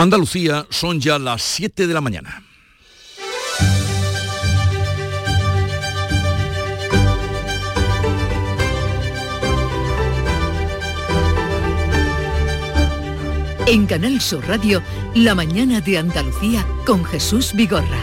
Andalucía, son ya las 7 de la mañana. En Canal Sur Radio, La mañana de Andalucía con Jesús Vigorra.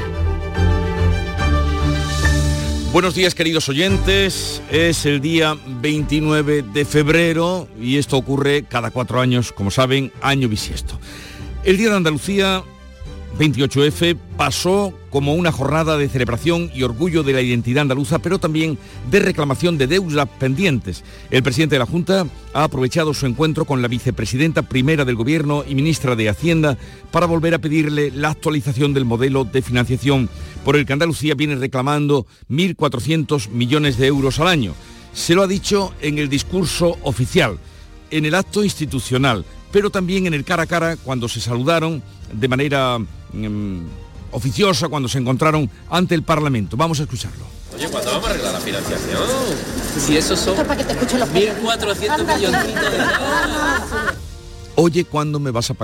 Buenos días, queridos oyentes. Es el día 29 de febrero y esto ocurre cada 4 años, como saben, año bisiesto. El Día de Andalucía, 28F, pasó como una jornada de celebración y orgullo de la identidad andaluza, pero también de reclamación de deudas pendientes. El presidente de la Junta ha aprovechado su encuentro con la vicepresidenta primera del Gobierno y ministra de Hacienda para volver a pedirle la actualización del modelo de financiación por el que Andalucía viene reclamando 1.400 millones de euros al año. Se lo ha dicho en el discurso oficial, en el acto institucional, pero también en el cara a cara cuando se saludaron de manera oficiosa, cuando se encontraron ante el Parlamento. Vamos a escucharlo. Oye, ¿cuándo vamos a arreglar la financiación? Si esos son 1.400 milloncitos de euros. Oye, ¿cuándo nos vas a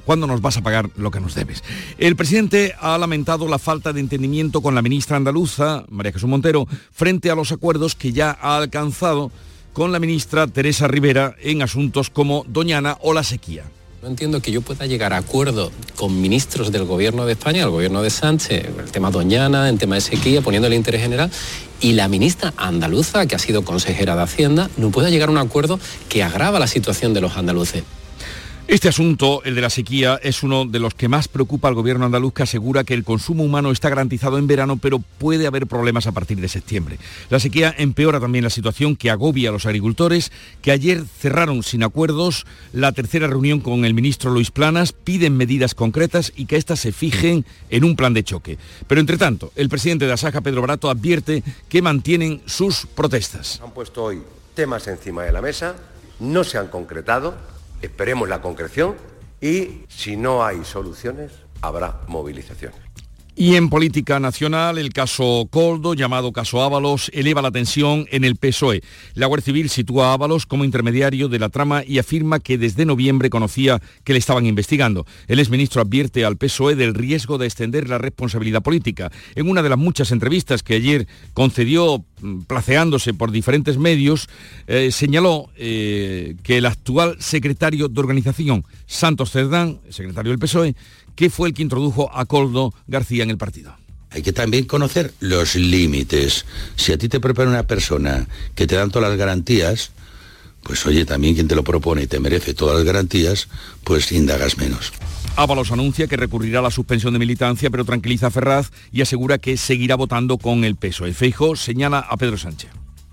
pagar lo que nos debes? El presidente ha lamentado la falta de entendimiento con la ministra andaluza, María Jesús Montero, frente a los acuerdos que ya ha alcanzado con la ministra Teresa Rivera en asuntos como Doñana o la sequía. No entiendo que yo pueda llegar a acuerdo con ministros del Gobierno de España, el Gobierno de Sánchez, el tema Doñana, el tema de sequía, poniendo el interés general, y la ministra andaluza, que ha sido consejera de Hacienda, no pueda llegar a un acuerdo que agrava la situación de los andaluces. Este asunto, el de la sequía, es uno de los que más preocupa al gobierno andaluz, que asegura que el consumo humano está garantizado en verano, pero puede haber problemas a partir de septiembre. La sequía empeora también la situación que agobia a los agricultores, que ayer cerraron sin acuerdos la tercera reunión con el ministro Luis Planas, piden medidas concretas y que éstas se fijen en un plan de choque. Pero entre tanto, el presidente de Asaja, Pedro Barato, advierte que mantienen sus protestas. Han puesto hoy temas encima de la mesa, no se han concretado. Esperemos la concreción y, si no hay soluciones, habrá movilización. Y en política nacional, el caso Koldo, llamado caso Ábalos, eleva la tensión en el PSOE. La Guardia Civil sitúa a Ábalos como intermediario de la trama y afirma que desde noviembre conocía que le estaban investigando. El exministro advierte al PSOE del riesgo de extender la responsabilidad política. En una de las muchas entrevistas que ayer concedió, placeándose por diferentes medios, señaló que el actual secretario de organización, Santos Cerdán, secretario del PSOE, que fue el que introdujo a Koldo García en el partido. Hay que también conocer los límites. Si a ti te prepara una persona que te dan todas las garantías, pues oye, también quien te lo propone y te merece todas las garantías, pues indagas menos. Ábalos anuncia que recurrirá a la suspensión de militancia, pero tranquiliza a Ferraz y asegura que seguirá votando con el PSOE. Feijóo señala a Pedro Sánchez.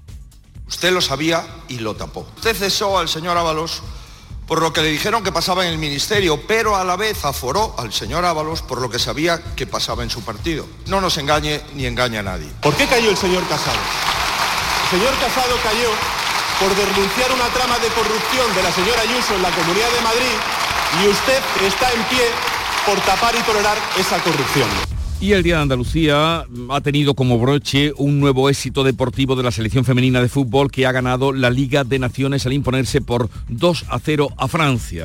Usted lo sabía y lo tapó. Usted cesó al señor Ábalos por lo que le dijeron que pasaba en el ministerio, pero a la vez aforó al señor Ábalos por lo que sabía que pasaba en su partido. No nos engañe ni engañe a nadie. ¿Por qué cayó el señor Casado? El señor Casado cayó por denunciar una trama de corrupción de la señora Ayuso en la Comunidad de Madrid y usted está en pie por tapar y tolerar esa corrupción. Y el Día de Andalucía ha tenido como broche un nuevo éxito deportivo de la selección femenina de fútbol, que ha ganado la Liga de Naciones al imponerse por 2-0 a Francia.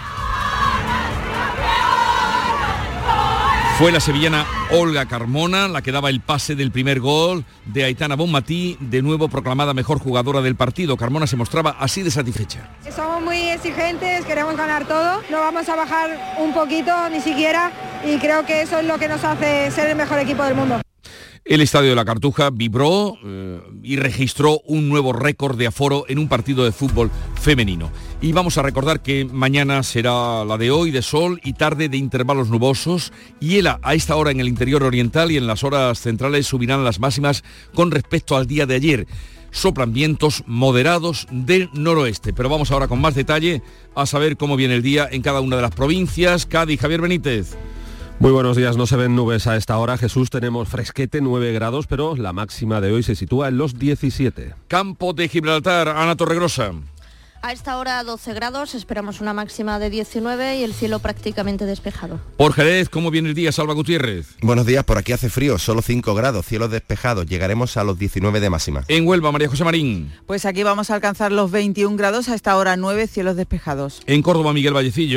Fue la sevillana Olga Carmona la que daba el pase del primer gol de Aitana Bonmatí, de nuevo proclamada mejor jugadora del partido. Carmona se mostraba así de satisfecha. Somos muy exigentes, queremos ganar todo, no vamos a bajar un poquito ni siquiera, y creo que eso es lo que nos hace ser el mejor equipo del mundo. El Estadio de la Cartuja vibró y registró un nuevo récord de aforo en un partido de fútbol femenino. Y vamos a recordar que mañana será la de hoy, de sol, y tarde de intervalos nubosos. Hiela a esta hora en el interior oriental y en las horas centrales subirán las máximas con respecto al día de ayer. Soplan vientos moderados del noroeste. Pero vamos ahora con más detalle a saber cómo viene el día en cada una de las provincias. Cádiz, Javier Benítez. Muy buenos días, no se ven nubes a esta hora. Jesús, tenemos fresquete, 9 grados, pero la máxima de hoy se sitúa en los 17. Campo de Gibraltar, Ana Torregrosa. A esta hora 12 grados, esperamos una máxima de 19 y el cielo prácticamente despejado. Por Jerez, ¿cómo viene el día, Salva Gutiérrez? Buenos días, por aquí hace frío, solo 5 grados, cielos despejados, llegaremos a los 19 de máxima. En Huelva, María José Marín. Pues aquí vamos a alcanzar los 21 grados, a esta hora 9, cielos despejados. En Córdoba, Miguel Vallecillo.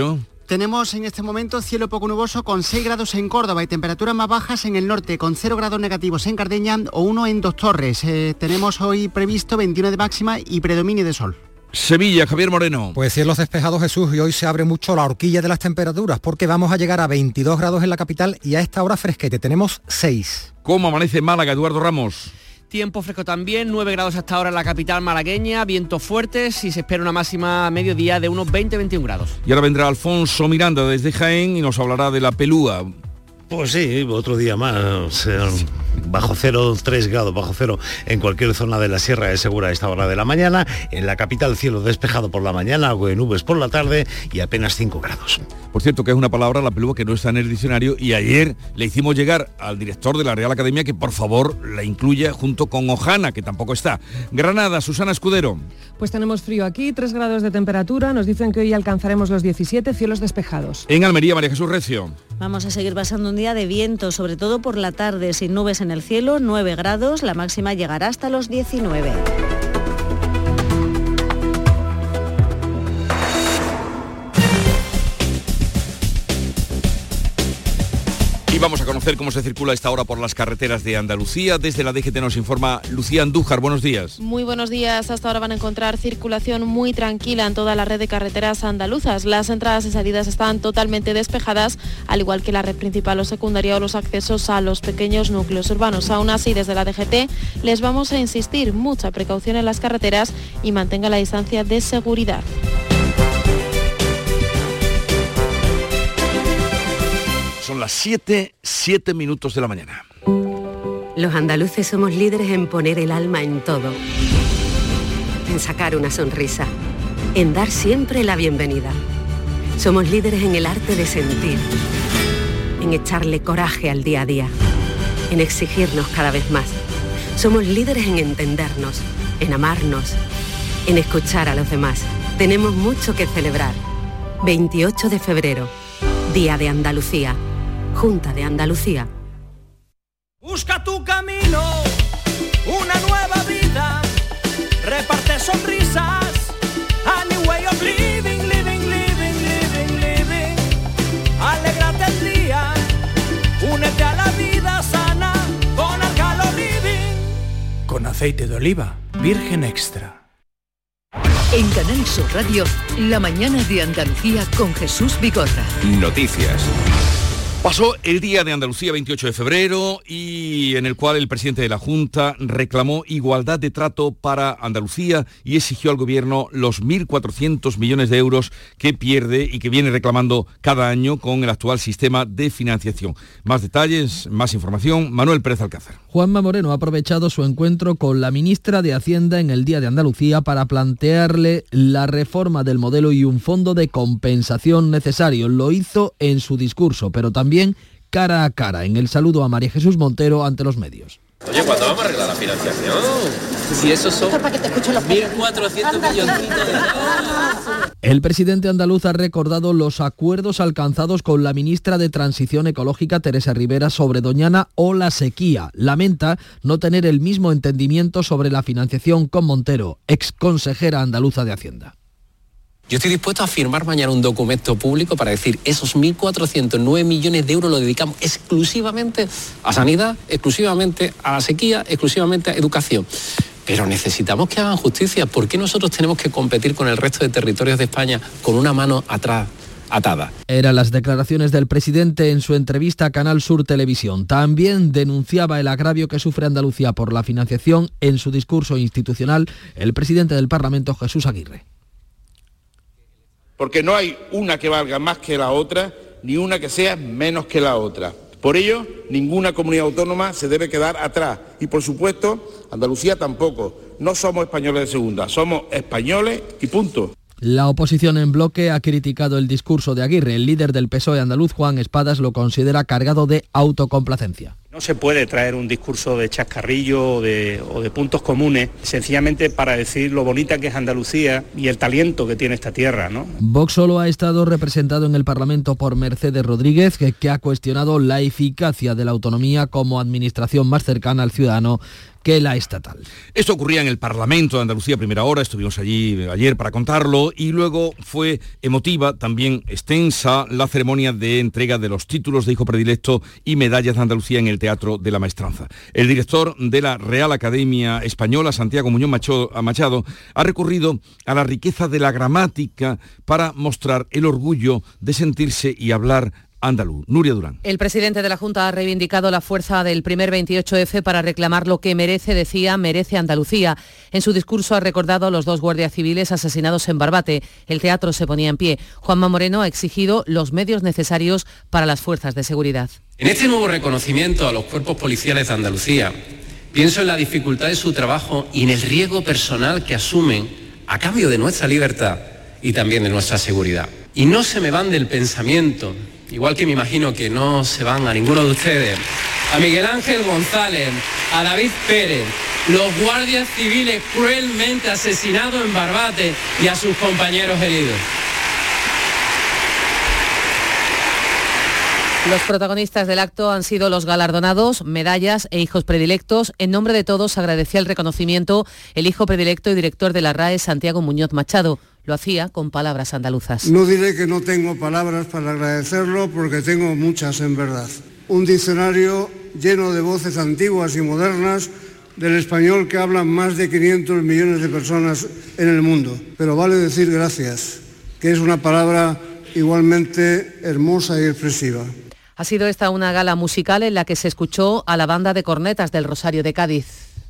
Tenemos en este momento cielo poco nuboso con 6 grados en Córdoba y temperaturas más bajas en el norte, con 0 grados negativos en Cardeña o 1 en Dos Torres. Tenemos hoy previsto 21 de máxima y predominio de sol. Sevilla, Javier Moreno. Pues cielos despejados, Jesús, y hoy se abre mucho la horquilla de las temperaturas porque vamos a llegar a 22 grados en la capital y a esta hora fresquete, tenemos 6. ¿Cómo amanece Málaga, Eduardo Ramos? Tiempo fresco también, 9 grados hasta ahora en la capital malagueña, vientos fuertes y se espera una máxima a mediodía de unos 20-21 grados. Y ahora vendrá Alfonso Miranda desde Jaén y nos hablará de la pelúa. Pues sí, otro día más, bajo cero, 3 grados bajo cero en cualquier zona de la sierra de Segura a esta hora de la mañana. En la capital cielo despejado por la mañana, algo de nubes por la tarde y apenas 5 grados. Por cierto, que es una palabra, la pelúa, que no está en el diccionario y ayer le hicimos llegar al director de la Real Academia que por favor la incluya junto con Ojana, que tampoco está. Granada, Susana Escudero. Pues tenemos frío aquí, 3 grados de temperatura, nos dicen que hoy alcanzaremos los 17, cielos despejados. En Almería, María Jesús Recio. Vamos a seguir pasando un día de viento, sobre todo por la tarde, sin nubes en el cielo, 9 grados, la máxima llegará hasta los 19. Y vamos a conocer cómo se circula a esta hora por las carreteras de Andalucía. Desde la DGT nos informa Lucía Andújar. Buenos días. Muy buenos días. Hasta ahora van a encontrar circulación muy tranquila en toda la red de carreteras andaluzas. Las entradas y salidas están totalmente despejadas, al igual que la red principal o secundaria o los accesos a los pequeños núcleos urbanos. Aún así, desde la DGT les vamos a insistir, mucha precaución en las carreteras y mantenga la distancia de seguridad. Son las 7 minutos de la mañana. Los andaluces somos líderes en poner el alma en todo, en sacar una sonrisa, en dar siempre la bienvenida. Somos líderes en el arte de sentir, en echarle coraje al día a día, en exigirnos cada vez más. Somos líderes en entendernos, en amarnos, en escuchar a los demás. Tenemos mucho que celebrar. 28 de febrero, Día de Andalucía. Junta de Andalucía. Busca tu camino, una nueva vida, reparte sonrisas, a new way of living, living, living, living, living. Alégrate el día, únete a la vida sana, con Alcalo Living. Con aceite de oliva, virgen extra. En Canal Sur Radio, la mañana de Andalucía con Jesús Vigorra. Noticias. Pasó el Día de Andalucía 28 de febrero y en el cual el presidente de la Junta reclamó igualdad de trato para Andalucía y exigió al gobierno los 1.400 millones de euros que pierde y que viene reclamando cada año con el actual sistema de financiación. Más detalles, más información, Manuel Pérez Alcázar. Juanma Moreno ha aprovechado su encuentro con la ministra de Hacienda en el Día de Andalucía para plantearle la reforma del modelo y un fondo de compensación necesario. Lo hizo en su discurso, pero también cara a cara en el saludo a María Jesús Montero ante los medios. Oye, ¿cuándo vamos a arreglar la financiación? Si esos son 1.400 milloncitos de euros. El presidente andaluz ha recordado los acuerdos alcanzados con la ministra de Transición Ecológica, Teresa Rivera, sobre Doñana o la sequía. Lamenta no tener el mismo entendimiento sobre la financiación con Montero, ex consejera andaluza de Hacienda. Yo estoy dispuesto a firmar mañana un documento público para decir esos 1.409 millones de euros los dedicamos exclusivamente a sanidad, exclusivamente a la sequía, exclusivamente a educación. Pero necesitamos que hagan justicia. ¿Por qué nosotros tenemos que competir con el resto de territorios de España con una mano atrás atada? Eran las declaraciones del presidente en su entrevista a Canal Sur Televisión. También denunciaba el agravio que sufre Andalucía por la financiación. En su discurso institucional, el presidente del Parlamento, Jesús Aguirre. Porque no hay una que valga más que la otra, ni una que sea menos que la otra. Por ello, ninguna comunidad autónoma se debe quedar atrás. Y por supuesto, Andalucía tampoco. No somos españoles de segunda, somos españoles y punto. La oposición en bloque ha criticado el discurso de Aguirre. El líder del PSOE andaluz, Juan Espadas, lo considera cargado de autocomplacencia. No se puede traer un discurso de chascarrillo o de puntos comunes, sencillamente para decir lo bonita que es Andalucía y el talento que tiene esta tierra, ¿no? Vox solo ha estado representado en el Parlamento por Mercedes Rodríguez, que ha cuestionado la eficacia de la autonomía como administración más cercana al ciudadano que la estatal. Esto ocurría en el Parlamento de Andalucía, primera hora, estuvimos allí ayer para contarlo, y luego fue emotiva, también extensa, la ceremonia de entrega de los títulos de hijo predilecto y medallas de Andalucía en el Teatro de la Maestranza. El director de la Real Academia Española, Santiago Muñoz Machado, ha recurrido a la riqueza de la gramática para mostrar el orgullo de sentirse y hablar andaluz. Nuria Durán. El presidente de la Junta ha reivindicado la fuerza del primer 28F para reclamar lo que merece, decía, merece Andalucía. En su discurso ha recordado a los 2 guardias civiles asesinados en Barbate. El teatro se ponía en pie. Juanma Moreno ha exigido los medios necesarios para las fuerzas de seguridad. En este nuevo reconocimiento a los cuerpos policiales de Andalucía, pienso en la dificultad de su trabajo y en el riesgo personal que asumen a cambio de nuestra libertad y también de nuestra seguridad. Y no se me van del pensamiento, igual que me imagino que no se van a ninguno de ustedes, a Miguel Ángel González, a David Pérez, los guardias civiles cruelmente asesinados en Barbate y a sus compañeros heridos. Los protagonistas del acto han sido los galardonados, medallas e hijos predilectos. En nombre de todos agradecía el reconocimiento el hijo predilecto y director de la RAE, Santiago Muñoz Machado. Lo hacía con palabras andaluzas. No diré que no tengo palabras para agradecerlo porque tengo muchas en verdad. Un diccionario lleno de voces antiguas y modernas del español que hablan más de 500 millones de personas en el mundo. Pero vale decir gracias, que es una palabra igualmente hermosa y expresiva. Ha sido esta una gala musical en la que se escuchó a la banda de cornetas del Rosario de Cádiz.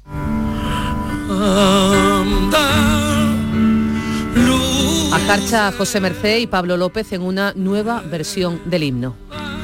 A Jarcha, José Mercé y Pablo López en una nueva versión del himno.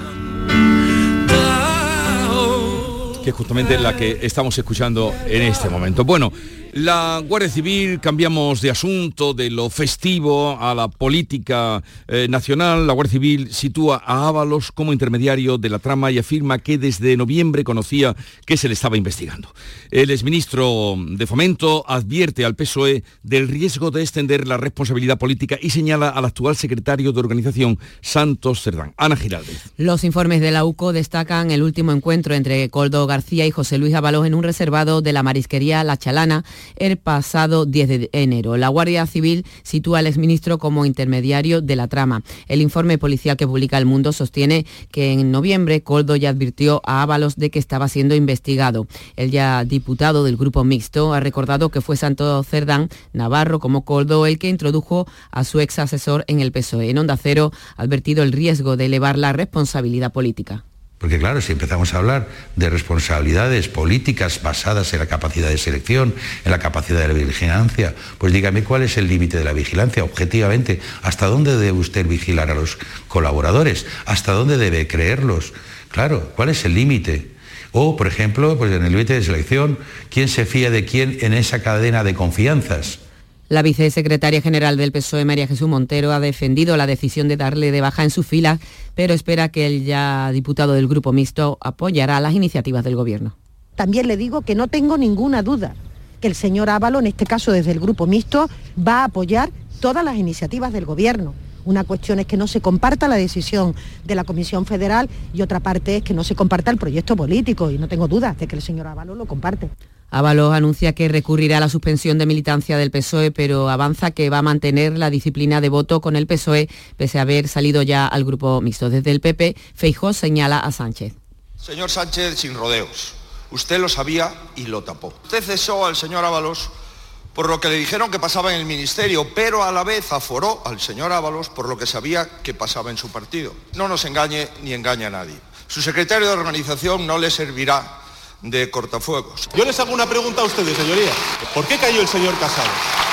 Que es justamente la que estamos escuchando en este momento. Bueno, la Guardia Civil, cambiamos de asunto, de lo festivo a la política nacional. La Guardia Civil sitúa a Ábalos como intermediario de la trama y afirma que desde noviembre conocía que se le estaba investigando. El exministro de Fomento advierte al PSOE del riesgo de extender la responsabilidad política y señala al actual secretario de organización, Santos Cerdán. Ana Giraldez. Los informes de la UCO destacan el último encuentro entre Koldo García y José Luis Ábalos en un reservado de la marisquería La Chalana el pasado 10 de enero. La Guardia Civil sitúa al exministro como intermediario de la trama. El informe policial que publica El Mundo sostiene que en noviembre Koldo ya advirtió a Ábalos de que estaba siendo investigado. El ya diputado del Grupo Mixto ha recordado que fue Santos Cerdán, navarro como Koldo, el que introdujo a su ex asesor en el PSOE. En Onda Cero ha advertido el riesgo de elevar la responsabilidad política. Porque claro, si empezamos a hablar de responsabilidades políticas basadas en la capacidad de selección, en la capacidad de la vigilancia, pues dígame cuál es el límite de la vigilancia, objetivamente. ¿Hasta dónde debe usted vigilar a los colaboradores? ¿Hasta dónde debe creerlos? Claro, ¿cuál es el límite? O, por ejemplo, pues en el límite de selección, ¿quién se fía de quién en esa cadena de confianzas? La vicesecretaria general del PSOE, María Jesús Montero, ha defendido la decisión de darle de baja en sus filas, pero espera que el ya diputado del Grupo Mixto apoyará las iniciativas del Gobierno. También le digo que no tengo ninguna duda que el señor Ábalos, en este caso desde el Grupo Mixto, va a apoyar todas las iniciativas del Gobierno. Una cuestión es que no se comparta la decisión de la Comisión Federal y otra parte es que no se comparta el proyecto político, y no tengo dudas de que el señor Ábalos lo comparte. Ábalos anuncia que recurrirá a la suspensión de militancia del PSOE, pero avanza que va a mantener la disciplina de voto con el PSOE, pese a haber salido ya al Grupo Mixto. Desde el PP, Feijóo señala a Sánchez. Señor Sánchez, sin rodeos. Usted lo sabía y lo tapó. Usted cesó al señor Ábalos por lo que le dijeron que pasaba en el ministerio, pero a la vez aforó al señor Ábalos por lo que sabía que pasaba en su partido. No nos engañe ni engañe a nadie. Su secretario de organización no le servirá de cortafuegos. Yo les hago una pregunta a ustedes, señoría. ¿Por qué cayó el señor Casado?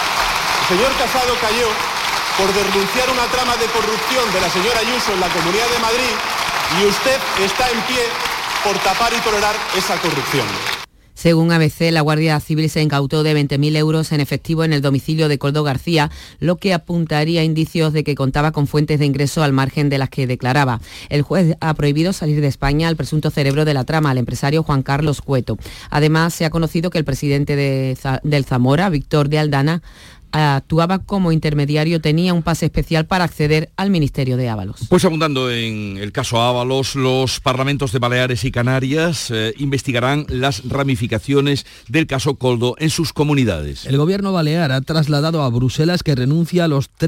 El señor Casado cayó por denunciar una trama de corrupción de la señora Ayuso en la Comunidad de Madrid y usted está en pie por tapar y tolerar esa corrupción. Según ABC, la Guardia Civil se incautó de 20.000 euros en efectivo en el domicilio de Koldo García, lo que apuntaría a indicios de que contaba con fuentes de ingreso al margen de las que declaraba. El juez ha prohibido salir de España al presunto cerebro de la trama, al empresario Juan Carlos Cueto. Además, se ha conocido que el presidente del Zamora, Víctor de Aldana, actuaba como intermediario, tenía un pase especial para acceder al ministerio de Ábalos. Pues abundando en el caso Ábalos, los parlamentos de Baleares y Canarias investigarán las ramificaciones del caso Koldo en sus comunidades. El gobierno balear ha trasladado a Bruselas que renuncia a los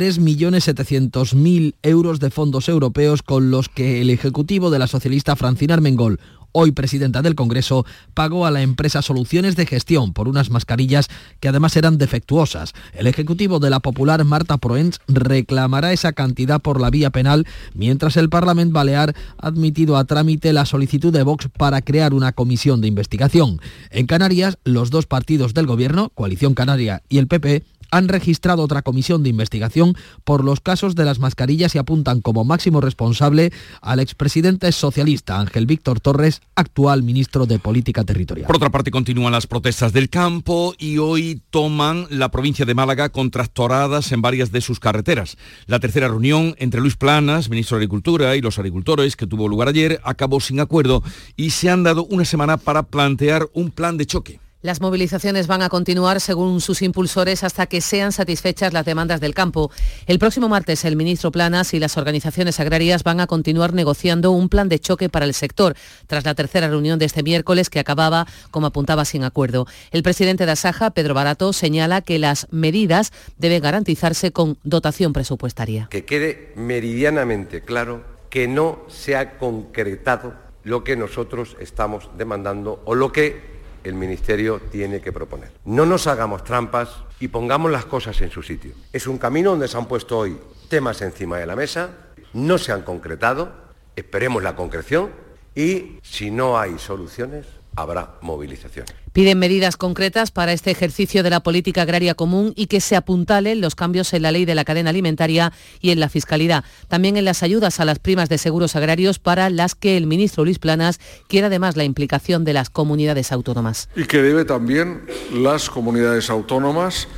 3.700.000 euros de fondos europeos con los que el ejecutivo de la socialista Francina Armengol, hoy presidenta del Congreso, pagó a la empresa Soluciones de Gestión por unas mascarillas que además eran defectuosas. El ejecutivo de la Popular, Marta Proens, reclamará esa cantidad por la vía penal, mientras el Parlamento Balear ha admitido a trámite la solicitud de Vox para crear una comisión de investigación. En Canarias, los dos partidos del Gobierno, Coalición Canaria y el PP, han registrado otra comisión de investigación por los casos de las mascarillas y apuntan como máximo responsable al expresidente socialista Ángel Víctor Torres, actual ministro de Política Territorial. Por otra parte, continúan las protestas del campo y hoy toman la provincia de Málaga con tractoradas en varias de sus carreteras. La tercera reunión entre Luis Planas, ministro de Agricultura, y los agricultores, que tuvo lugar ayer, acabó sin acuerdo y se han dado una semana para plantear un plan de choque. Las movilizaciones van a continuar, según sus impulsores, hasta que sean satisfechas las demandas del campo. El próximo martes, el ministro Planas y las organizaciones agrarias van a continuar negociando un plan de choque para el sector, tras la tercera reunión de este miércoles que acababa, como apuntaba, sin acuerdo. El presidente de Asaja, Pedro Barato, señala que las medidas deben garantizarse con dotación presupuestaria. Que quede meridianamente claro que no se ha concretado lo que nosotros estamos demandando o lo que el Ministerio tiene que proponer. No nos hagamos trampas y pongamos las cosas en su sitio. Es un camino donde se han puesto hoy temas encima de la mesa, no se han concretado, esperemos la concreción y si no hay soluciones, habrá movilizaciones. Piden medidas concretas para este ejercicio de la política agraria común y que se apuntalen los cambios en la ley de la cadena alimentaria y en la fiscalidad. También en las ayudas a las primas de seguros agrarios, para las que el ministro Luis Planas quiere además la implicación de las comunidades autónomas. Y que debe también las comunidades autónomas,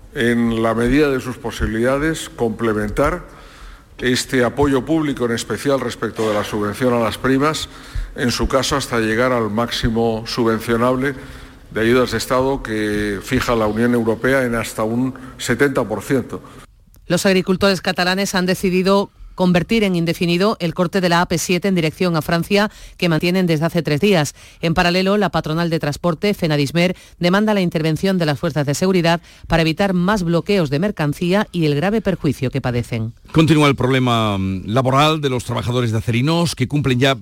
en la medida de sus posibilidades, complementar este apoyo público, en especial respecto de la subvención a las primas, en su caso hasta llegar al máximo subvencionable de ayudas de Estado que fija la Unión Europea en hasta un 70%. Los agricultores catalanes han decidido convertir en indefinido el corte de la AP7 en dirección a Francia, que mantienen desde hace 3 días. En paralelo, la patronal de transporte, Fenadismer, demanda la intervención de las fuerzas de seguridad para evitar más bloqueos de mercancía y el grave perjuicio que padecen. Continúa el problema laboral de los trabajadores de Acerinos, que cumplen ya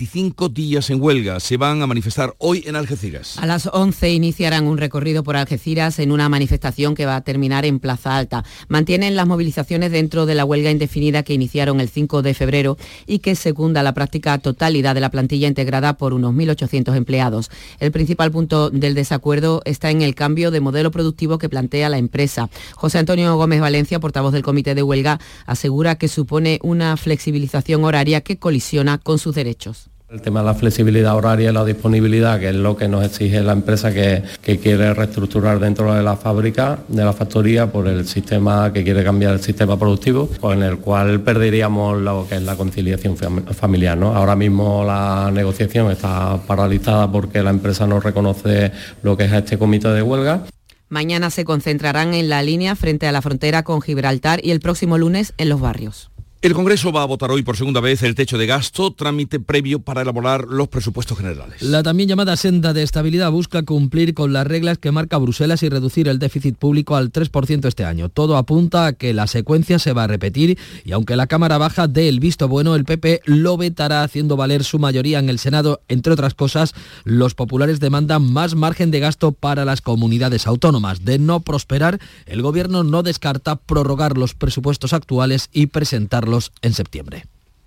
25 días en huelga. Se van a manifestar hoy en Algeciras. A las 11 iniciarán un recorrido por Algeciras en una manifestación que va a terminar en Plaza Alta. Mantienen las movilizaciones dentro de la huelga indefinida que iniciaron el 5 de febrero y que secunda la práctica totalidad de la plantilla integrada por unos 1.800 empleados. El principal punto del desacuerdo está en el cambio de modelo productivo que plantea la empresa. José Antonio Gómez Valencia, portavoz del comité de huelga, asegura que supone una flexibilización horaria que colisiona con sus derechos. El tema de la flexibilidad horaria y la disponibilidad, que es lo que nos exige la empresa que quiere reestructurar dentro de la fábrica, de la factoría, por el sistema, que quiere cambiar el sistema productivo, con el cual perderíamos lo que es la conciliación familiar, ¿no? Ahora mismo la negociación está paralizada porque la empresa no reconoce lo que es este comité de huelga. Mañana se concentrarán en la línea frente a la frontera con Gibraltar y el próximo lunes en Los Barrios. El Congreso va a votar hoy por segunda vez el techo de gasto, trámite previo para elaborar los presupuestos generales. La también llamada senda de estabilidad busca cumplir con las reglas que marca Bruselas y reducir el déficit público al 3% este año. Todo apunta a que la secuencia se va a repetir y aunque la Cámara Baja dé el visto bueno, el PP lo vetará haciendo valer su mayoría en el Senado. Entre otras cosas, los populares demandan más margen de gasto para las comunidades autónomas. De no prosperar, el Gobierno no descarta prorrogar los presupuestos actuales y presentarlos en septiembre.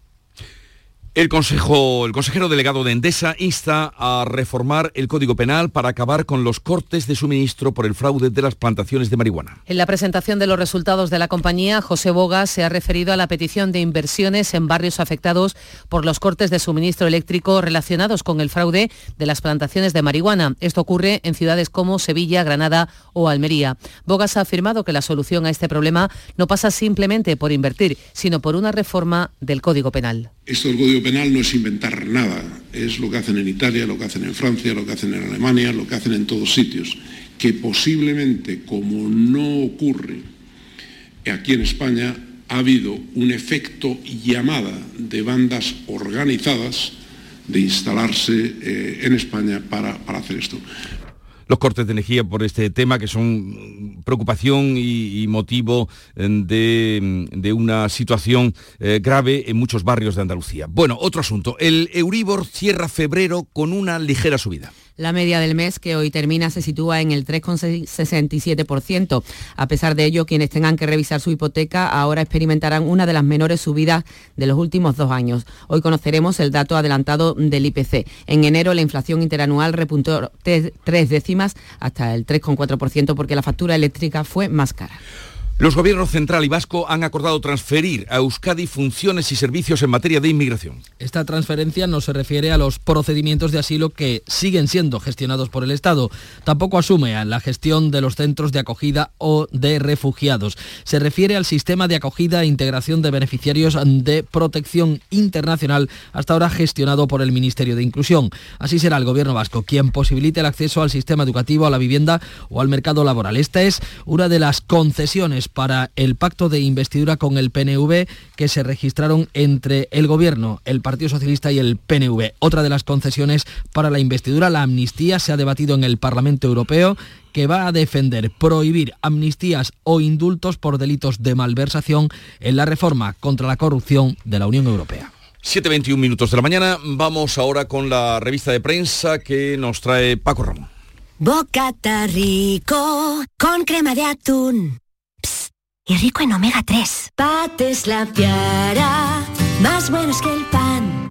El consejero delegado de Endesa insta a reformar el Código Penal para acabar con los cortes de suministro por el fraude de las plantaciones de marihuana. En la presentación de los resultados de la compañía, José Bogas se ha referido a la petición de inversiones en barrios afectados por los cortes de suministro eléctrico relacionados con el fraude de las plantaciones de marihuana. Esto ocurre en ciudades como Sevilla, Granada o Almería. Bogas ha afirmado que la solución a este problema no pasa simplemente por invertir, sino por una reforma del Código Penal. Esto del Código Penal no es inventar nada, es lo que hacen en Italia, lo que hacen en Francia, lo que hacen en Alemania, lo que hacen en todos sitios. que posiblemente, como no ocurre aquí en España, ha habido un efecto llamada de bandas organizadas de instalarse en España para hacer esto. Los cortes de energía por este tema, que son preocupación y motivo de una situación grave en muchos barrios de Andalucía. Bueno, otro asunto. El Euribor cierra febrero con una ligera subida. La media del mes que hoy termina se sitúa en el 3,67%. A pesar de ello, quienes tengan que revisar su hipoteca ahora experimentarán una de las menores subidas de los últimos 2 años. Hoy conoceremos el dato adelantado del IPC. En enero la inflación interanual repuntó 3 décimas hasta el 3,4% porque la factura eléctrica fue más cara. Los gobiernos central y vasco han acordado transferir a Euskadi funciones y servicios en materia de inmigración. Esta transferencia no se refiere a los procedimientos de asilo que siguen siendo gestionados por el Estado. Tampoco asume a la gestión de los centros de acogida o de refugiados. Se refiere al sistema de acogida e integración de beneficiarios de protección internacional, hasta ahora gestionado por el Ministerio de Inclusión. Así será el gobierno vasco quien posibilite el acceso al sistema educativo, a la vivienda o al mercado laboral. Esta es una de las concesiones para el pacto de investidura con el PNV que se registraron entre el Gobierno, el Partido Socialista y el PNV. Otra de las concesiones para la investidura, la amnistía, se ha debatido en el Parlamento Europeo, que va a defender prohibir amnistías o indultos por delitos de malversación en la reforma contra la corrupción de la Unión Europea. 7:21 minutos de la mañana. Vamos ahora con la revista de prensa que nos trae Paco Ramón. Bocata rico con crema de atún. Y rico en omega 3. Pates la Piara, más buenos que el pan.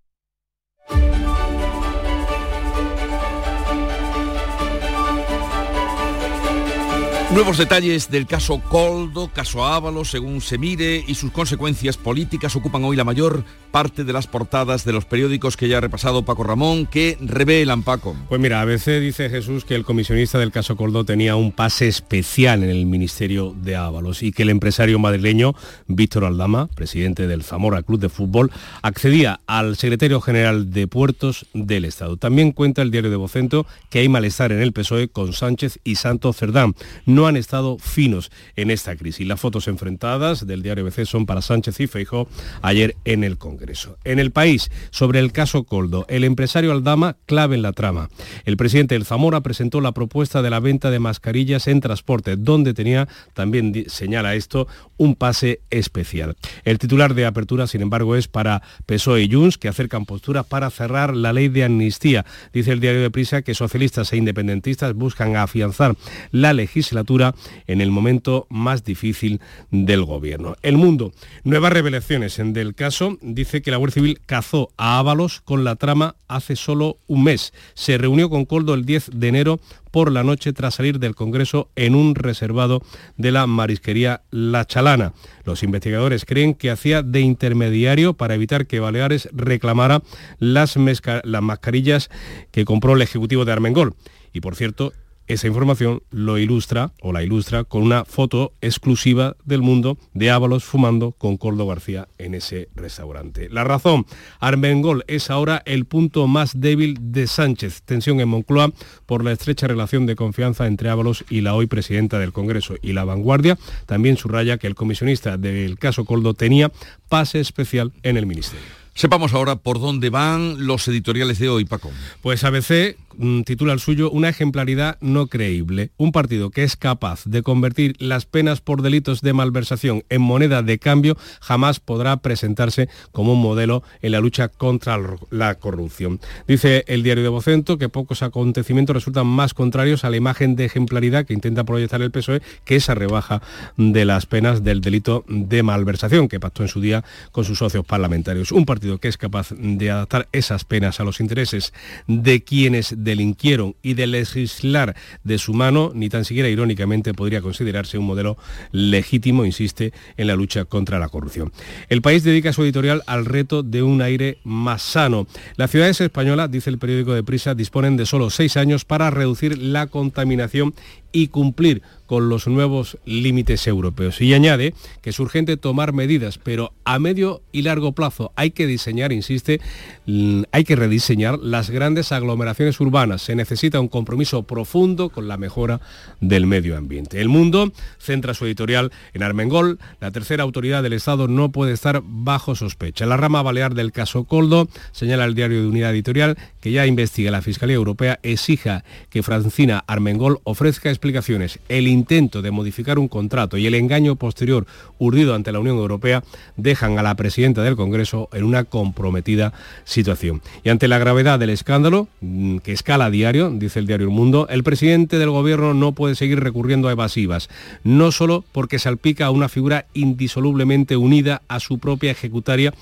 Nuevos detalles del caso Koldo, caso Ábalos, según se mire, y sus consecuencias políticas ocupan hoy la mayor parte de las portadas de los periódicos que ya ha repasado Paco Ramón. ¿Qué revelan, Paco? Pues mira, ABC dice, Jesús, que el comisionista del caso Koldo tenía un pase especial en el Ministerio de Ábalos y que el empresario madrileño Víctor Aldama, presidente del Zamora Club de Fútbol, accedía al secretario general de Puertos del Estado. También cuenta el diario de Vocento que hay malestar en el PSOE con Sánchez y Santos Cerdán. No han estado finos en esta crisis. Las fotos enfrentadas del diario ABC son para Sánchez y Feijóo ayer en el Congreso. En El País, sobre el caso Koldo, el empresario Aldama clave en la trama. El presidente del Zamora presentó la propuesta de la venta de mascarillas en transporte, donde tenía, también señala esto, un pase especial. El titular de apertura, sin embargo, es para PSOE y Junts, que acercan posturas para cerrar la ley de amnistía. Dice el diario de Prisa que socialistas e independentistas buscan afianzar la legislatura en el momento más difícil del gobierno. El Mundo, nuevas revelaciones del caso, dice que la Guardia Civil cazó a Ábalos con la trama hace solo un mes. Se reunió con Koldo el 10 de enero por la noche tras salir del Congreso en un reservado de la marisquería La Chalana. Los investigadores creen que hacía de intermediario para evitar que Baleares reclamara las mascarillas que compró el ejecutivo de Armengol. Y por cierto, esa información la ilustra con una foto exclusiva del Mundo de Ábalos fumando con Koldo García en ese restaurante. La Razón, Armengol es ahora el punto más débil de Sánchez. Tensión en Moncloa por la estrecha relación de confianza entre Ábalos y la hoy presidenta del Congreso. Y La Vanguardia también subraya que el comisionista del caso Koldo tenía pase especial en el ministerio. Sepamos ahora por dónde van los editoriales de hoy, Paco. Pues ABC titula el suyo una ejemplaridad no creíble. Un partido que es capaz de convertir las penas por delitos de malversación en moneda de cambio jamás podrá presentarse como un modelo en la lucha contra la corrupción. Dice el diario de Vocento que pocos acontecimientos resultan más contrarios a la imagen de ejemplaridad que intenta proyectar el PSOE que esa rebaja de las penas del delito de malversación que pactó en su día con sus socios parlamentarios. Un partido que es capaz de adaptar esas penas a los intereses de quienes delinquieron y de legislar de su mano, ni tan siquiera irónicamente podría considerarse un modelo legítimo, insiste, en la lucha contra la corrupción. El País dedica su editorial al reto de un aire más sano. Las ciudades españolas, dice el periódico de Prisa, disponen de solo 6 años para reducir la contaminación y cumplir con los nuevos límites europeos. Y añade que es urgente tomar medidas, pero a medio y largo plazo hay que diseñar, insiste, hay que rediseñar las grandes aglomeraciones urbanas. Se necesita un compromiso profundo con la mejora del medio ambiente. El Mundo centra su editorial en Armengol. La tercera autoridad del Estado no puede estar bajo sospecha. La rama balear del caso Koldo, señala el diario de Unidad Editorial, que ya investiga la Fiscalía Europea, exija que Francina Armengol ofrezca explicaciones. El intento de modificar un contrato y el engaño posterior urdido ante la Unión Europea dejan a la presidenta del Congreso en una comprometida situación. Y ante la gravedad del escándalo, que escala a diario, dice el diario El Mundo, el presidente del Gobierno no puede seguir recurriendo a evasivas, no solo porque salpica a una figura indisolublemente unida a su propia ejecutoria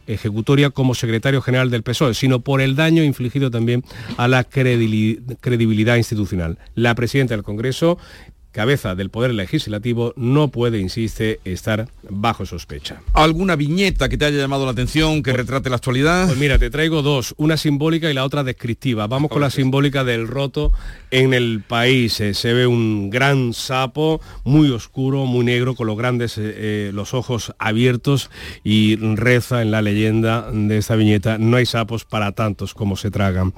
como secretario general del PSOE, sino por el daño infligido también a la credibilidad institucional. La presidenta del Congreso, cabeza del Poder Legislativo, no puede, insiste, estar bajo sospecha. ¿Alguna viñeta que te haya llamado la atención, que retrate la actualidad? Pues mira, te traigo dos, una simbólica y la otra descriptiva. Vamos con la simbólica del roto en El País. Se ve un gran sapo, muy oscuro, muy negro, con los grandes los ojos abiertos, y reza en la leyenda de esta viñeta: no hay sapos para tantos como se tragan.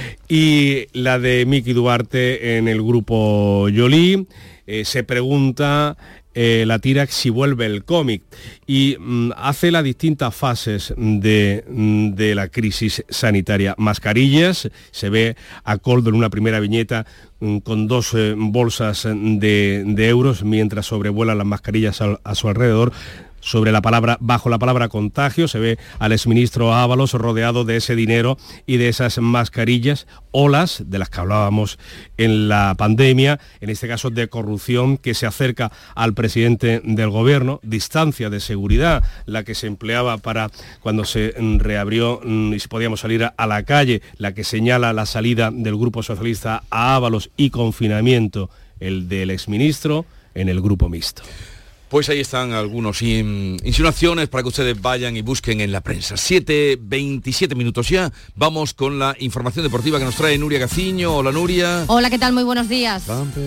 Y la de Miki Duarte en el grupo Jolie. Se pregunta la tira si vuelve el cómic, y hace las distintas fases de la crisis sanitaria. Mascarillas, se ve a Koldo en una primera viñeta con 2 bolsas de euros mientras sobrevuelan las mascarillas a su alrededor. Bajo la palabra contagio se ve al exministro Ábalos rodeado de ese dinero y de esas mascarillas, olas de las que hablábamos en la pandemia, en este caso de corrupción, que se acerca al presidente del Gobierno, distancia de seguridad, la que se empleaba para cuando se reabrió y podíamos salir a la calle, la que señala la salida del Grupo Socialista a Ábalos, y confinamiento, el del exministro en el Grupo Mixto. Pues ahí están algunos insinuaciones para que ustedes vayan y busquen en la prensa. 7:27 minutos ya. Vamos con la información deportiva que nos trae Nuria Gaciño. Hola, Nuria. Hola, ¿qué tal? Muy buenos días.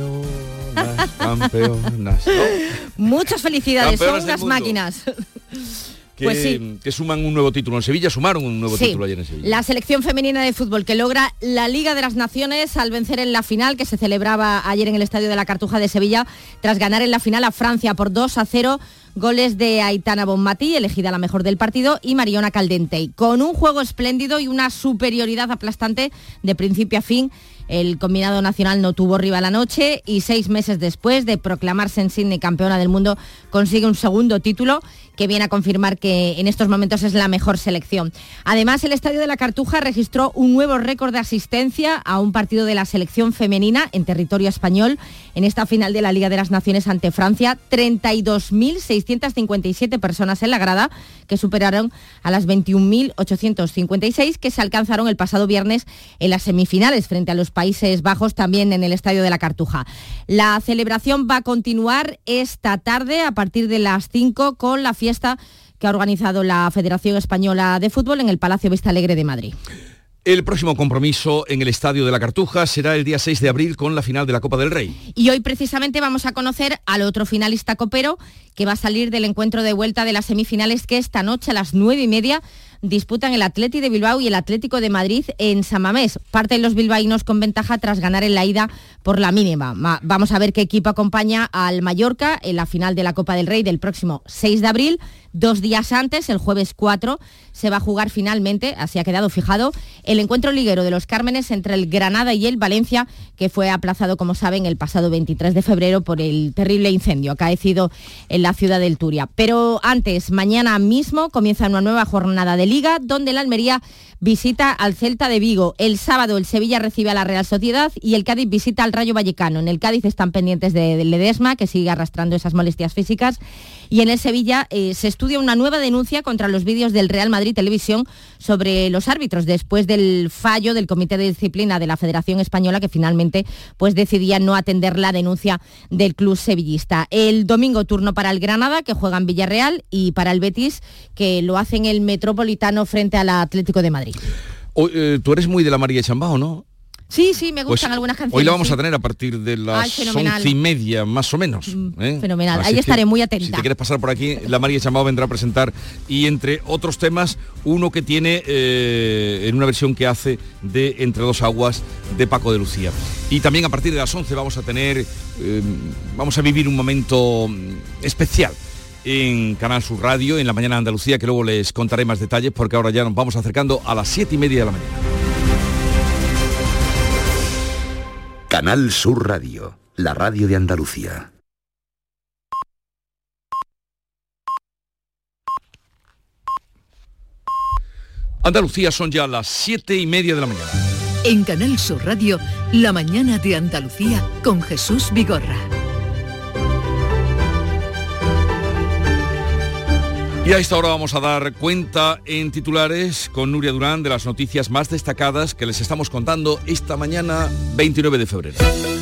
Campeonas. ¿No? Muchas felicidades, Campeonas son unas máquinas. Pues sí. Que suman un nuevo título en Sevilla, sumaron un nuevo título ayer en Sevilla. La selección femenina de fútbol que logra la Liga de las Naciones al vencer en la final, que se celebraba ayer en el Estadio de la Cartuja de Sevilla, tras ganar en la final a Francia por 2-0, goles de Aitana Bonmatí, elegida la mejor del partido, y Mariona Caldentey. Con un juego espléndido y una superioridad aplastante de principio a fin, el combinado nacional no tuvo rival anoche, y 6 meses después de proclamarse en Sydney campeona del mundo, consigue un segundo título que viene a confirmar que en estos momentos es la mejor selección. Además, el Estadio de la Cartuja registró un nuevo récord de asistencia a un partido de la selección femenina en territorio español en esta final de la Liga de las Naciones ante Francia. 32.657 personas en la grada, que superaron a las 21.856 que se alcanzaron el pasado viernes en las semifinales frente a los Países Bajos, también en el Estadio de la Cartuja. La celebración va a continuar esta tarde a partir de las 5 con la fiesta que ha organizado la Federación Española de Fútbol en el Palacio Vista Alegre de Madrid. El próximo compromiso en el Estadio de la Cartuja será el día 6 de abril con la final de la Copa del Rey. Y hoy precisamente vamos a conocer al otro finalista copero que va a salir del encuentro de vuelta de las semifinales, que esta noche a las 9:30 disputan el Athletic de Bilbao y el Atlético de Madrid en San Mamés. Parten los bilbaínos con ventaja tras ganar en la ida por la mínima. Vamos a ver qué equipo acompaña al Mallorca en la final de la Copa del Rey del próximo 6 de abril. 2 días antes, el jueves 4, se va a jugar finalmente, así ha quedado fijado, el encuentro liguero de los Cármenes entre el Granada y el Valencia, que fue aplazado, como saben, el pasado 23 de febrero por el terrible incendio acaecido en la ciudad del Turia. Pero antes, mañana mismo comienza una nueva jornada de Liga, donde el Almería visita al Celta de Vigo. El sábado el Sevilla recibe a la Real Sociedad y el Cádiz visita al Rayo Vallecano. En el Cádiz están pendientes de Ledesma, que sigue arrastrando esas molestias físicas, y en el Sevilla se estudia una nueva denuncia contra los vídeos del Real Madrid Televisión sobre los árbitros, después del fallo del Comité de Disciplina de la Federación Española, que finalmente pues decidía no atender la denuncia del club sevillista. El domingo turno para el Granada, que juega en Villarreal, y para el Betis, que lo hace en el Metropolitano frente al Atlético de Madrid. Tú eres muy de la María de Chambao, ¿no? Sí, me gustan pues algunas canciones. Hoy la vamos a tener a partir de las 11:30, más o menos. Fenomenal, Así ahí estaré muy Si atenta. te quieres pasar por aquí, la María Chamao vendrá a presentar, y entre otros temas, uno que tiene en una versión que hace de Entre dos aguas de Paco de Lucía. Y también a partir de las 11 vamos a vivir un momento especial en Canal Sur Radio, en la mañana de Andalucía, que luego les contaré más detalles, porque ahora ya nos vamos acercando a las 7:30 de la mañana. Canal Sur Radio, la radio de Andalucía. Andalucía, son ya las 7:30 de la mañana. En Canal Sur Radio, la mañana de Andalucía con Jesús Vigorra. Y a esta hora vamos a dar cuenta en titulares con Nuria Durán de las noticias más destacadas que les estamos contando esta mañana 29 de febrero.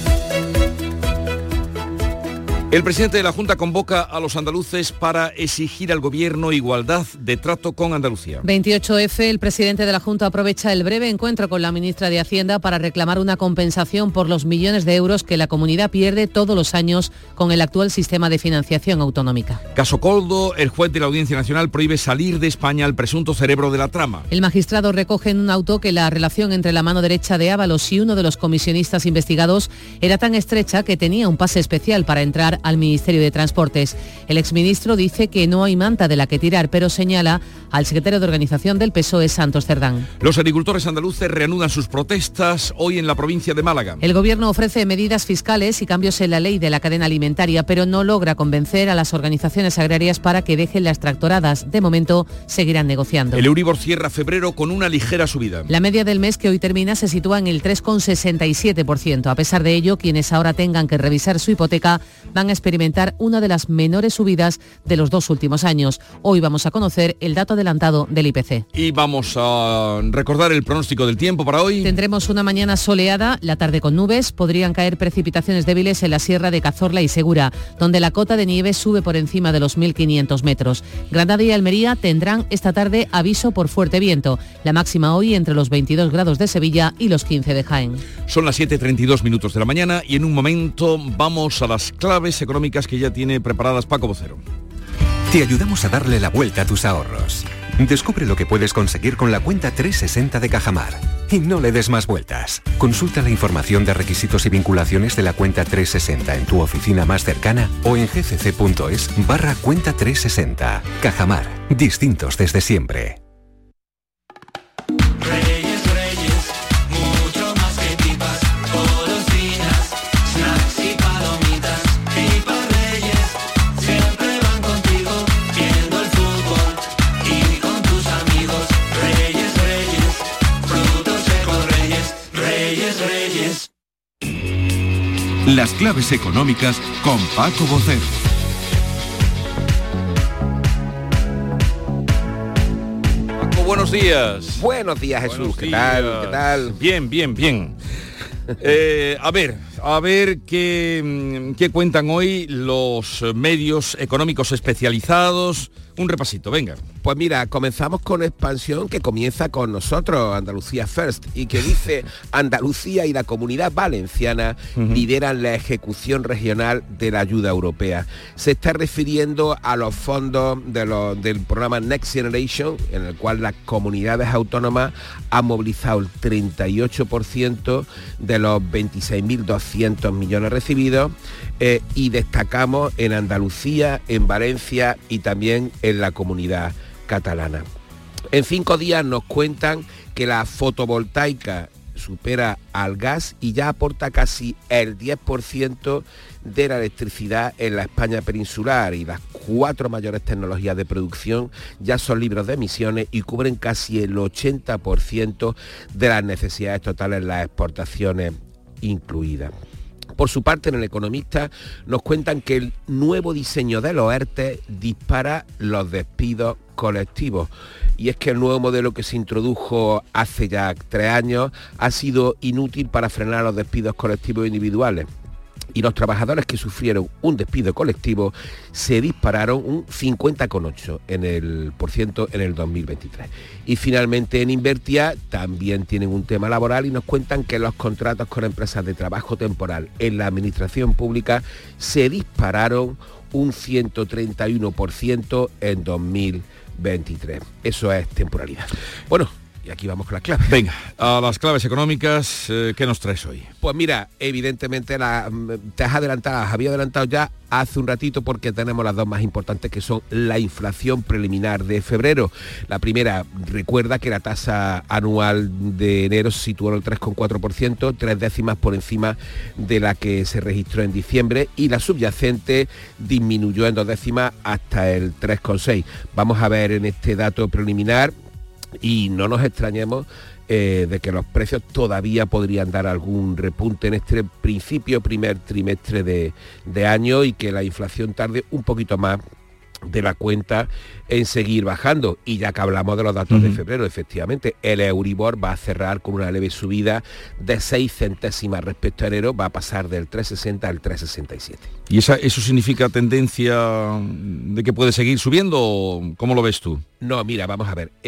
El presidente de la Junta convoca a los andaluces para exigir al Gobierno igualdad de trato con Andalucía. 28F, el presidente de la Junta aprovecha el breve encuentro con la ministra de Hacienda para reclamar una compensación por los millones de euros que la comunidad pierde todos los años con el actual sistema de financiación autonómica. Caso Coldo, el juez de la Audiencia Nacional prohíbe salir de España al presunto cerebro de la trama. El magistrado recoge en un auto que la relación entre la mano derecha de Ábalos y uno de los comisionistas investigados era tan estrecha que tenía un pase especial para entrar al Ministerio de Transportes. El exministro dice que no hay manta de la que tirar, pero señala al secretario de organización del PSOE, Santos Cerdán. Los agricultores andaluces reanudan sus protestas hoy en la provincia de Málaga. El Gobierno ofrece medidas fiscales y cambios en la ley de la cadena alimentaria, pero no logra convencer a las organizaciones agrarias para que dejen las tractoradas. De momento, seguirán negociando. El Euribor cierra febrero con una ligera subida. La media del mes que hoy termina se sitúa en el 3,67%. A pesar de ello, quienes ahora tengan que revisar su hipoteca van a experimentar una de las menores subidas de los 2 últimos años. Hoy vamos a conocer el dato adelantado del IPC. Y vamos a recordar el pronóstico del tiempo para hoy. Tendremos una mañana soleada, la tarde con nubes, podrían caer precipitaciones débiles en la sierra de Cazorla y Segura, donde la cota de nieve sube por encima de los 1.500 metros. Granada y Almería tendrán esta tarde aviso por fuerte viento. La máxima hoy entre los 22 grados de Sevilla y los 15 de Jaén. Son las 7:32 minutos de la mañana y en un momento vamos a las claves económicas que ya tiene preparadas Paco Vocero. Te ayudamos a darle la vuelta a tus ahorros. Descubre lo que puedes conseguir con la cuenta 360 de Cajamar. Y no le des más vueltas. Consulta la información de requisitos y vinculaciones de la cuenta 360 en tu oficina más cercana o en gcc.es/cuenta 360. Cajamar. Distintos desde siempre. Las claves económicas con Paco Vocero. Paco, buenos días. Buenos días, Jesús. Buenos ¿Qué días. tal? ¿Qué tal? Bien. A ver qué cuentan hoy los medios económicos especializados. Un repasito, venga. Pues mira, comenzamos con Expansión, que comienza con nosotros, Andalucía First, y que dice: Andalucía y la Comunidad Valenciana lideran la ejecución regional de la ayuda europea. Se está refiriendo a los fondos del programa Next Generation, en el cual las comunidades autónomas han movilizado el 38% de los 26.200 millones recibidos, y destacamos en Andalucía, en Valencia y también en la Comunidad Catalana. En 5 días nos cuentan que la fotovoltaica supera al gas y ya aporta casi el 10% de la electricidad en la España peninsular, y las 4 mayores tecnologías de producción ya son libres de emisiones y cubren casi el 80% de las necesidades totales, las exportaciones incluidas. Por su parte, en El Economista nos cuentan que el nuevo diseño de los ERTE dispara los despidos colectivos. Y es que el nuevo modelo que se introdujo hace ya 3 años ha sido inútil para frenar los despidos colectivos individuales. y los trabajadores que sufrieron un despido colectivo se dispararon un 50,8% en el 2023. Y finalmente en Invertia también tienen un tema laboral y nos cuentan que los contratos con empresas de trabajo temporal en la administración pública se dispararon un 131% en 2023. Eso es temporalidad. Bueno, y aquí vamos con las claves. Venga, a las claves económicas, ¿qué nos traes hoy? Pues mira, evidentemente te has había adelantado ya hace un ratito porque tenemos las dos más importantes, que son la inflación preliminar de febrero. La primera, recuerda que la tasa anual de enero se situó en el 3,4%, 3 décimas por encima de la que se registró en diciembre, y la subyacente disminuyó en 2 décimas hasta el 3,6%. Vamos a ver en este dato preliminar, y no nos extrañemos de que los precios todavía podrían dar algún repunte en este primer trimestre de año, y que la inflación tarde un poquito más de la cuenta en seguir bajando. Y ya que hablamos de los datos de febrero, efectivamente, el Euribor va a cerrar con una leve subida de 6 centésimas respecto a enero, va a pasar del 3,60 al 3,67. ¿Y eso significa tendencia de que puede seguir subiendo, o cómo lo ves tú? No, mira, vamos a ver.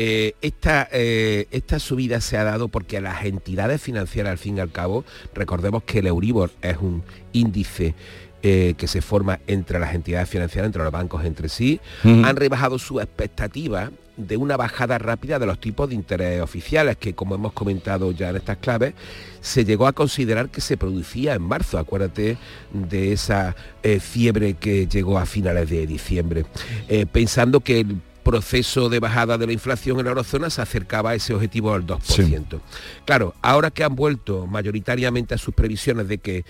Esta subida se ha dado porque las entidades financieras, al fin y al cabo, recordemos que el Euribor es un índice que se forma entre las entidades financieras, entre los bancos entre sí, han rebajado su expectativa de una bajada rápida de los tipos de interés oficiales, que, como hemos comentado ya en estas claves, se llegó a considerar que se producía en marzo. Acuérdate de esa fiebre que llegó a finales de diciembre, pensando que el proceso de bajada de la inflación en la eurozona se acercaba a ese objetivo del 2%. Sí. Claro, ahora que han vuelto mayoritariamente a sus previsiones de que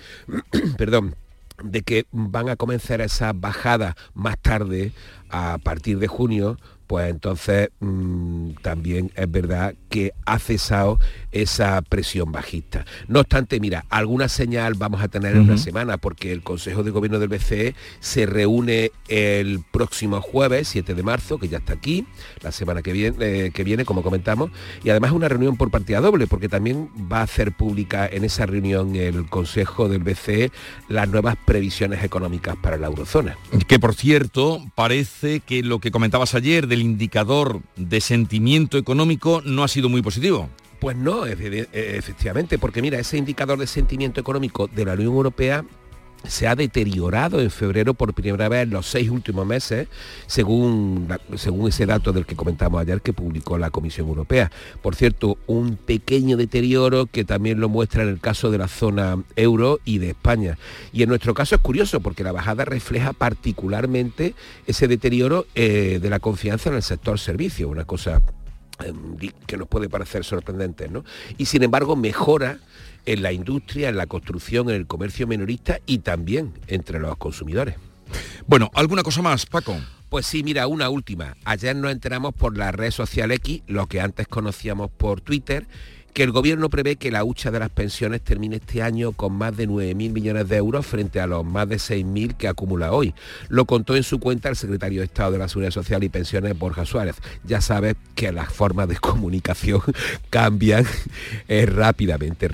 de que van a comenzar esa bajada más tarde, a partir de junio, pues entonces también es verdad que ha cesado esa presión bajista. No obstante, mira, alguna señal vamos a tener en una semana, porque el Consejo de Gobierno del BCE se reúne el próximo jueves, 7 de marzo, que ya está aquí, la semana que viene, como comentamos, y además es una reunión por partida doble, porque también va a hacer pública en esa reunión el Consejo del BCE las nuevas previsiones económicas para la eurozona. Que, por cierto, parece que lo que comentabas ayer del indicador de sentimiento económico no ha sido muy positivo. Pues no, efectivamente, porque mira, ese indicador de sentimiento económico de la Unión Europea se ha deteriorado en febrero por primera vez en los 6 últimos meses, según ese dato del que comentamos ayer, que publicó la Comisión Europea. Por cierto, un pequeño deterioro que también lo muestra en el caso de la zona euro y de España. Y en nuestro caso es curioso, porque la bajada refleja particularmente ese deterioro de la confianza en el sector servicios, una cosa que nos puede parecer sorprendente, ¿no? Y sin embargo mejora en la industria, en la construcción, en el comercio minorista y también entre los consumidores. Bueno, ¿alguna cosa más, Paco? Pues sí, mira, una última. Ayer nos enteramos por la red social X, lo que antes conocíamos por Twitter, que el Gobierno prevé que la hucha de las pensiones termine este año con más de 9.000 millones de euros frente a los más de 6.000 que acumula hoy. Lo contó en su cuenta el secretario de Estado de la Seguridad Social y Pensiones, Borja Suárez. Ya sabes que las formas de comunicación cambian rápidamente.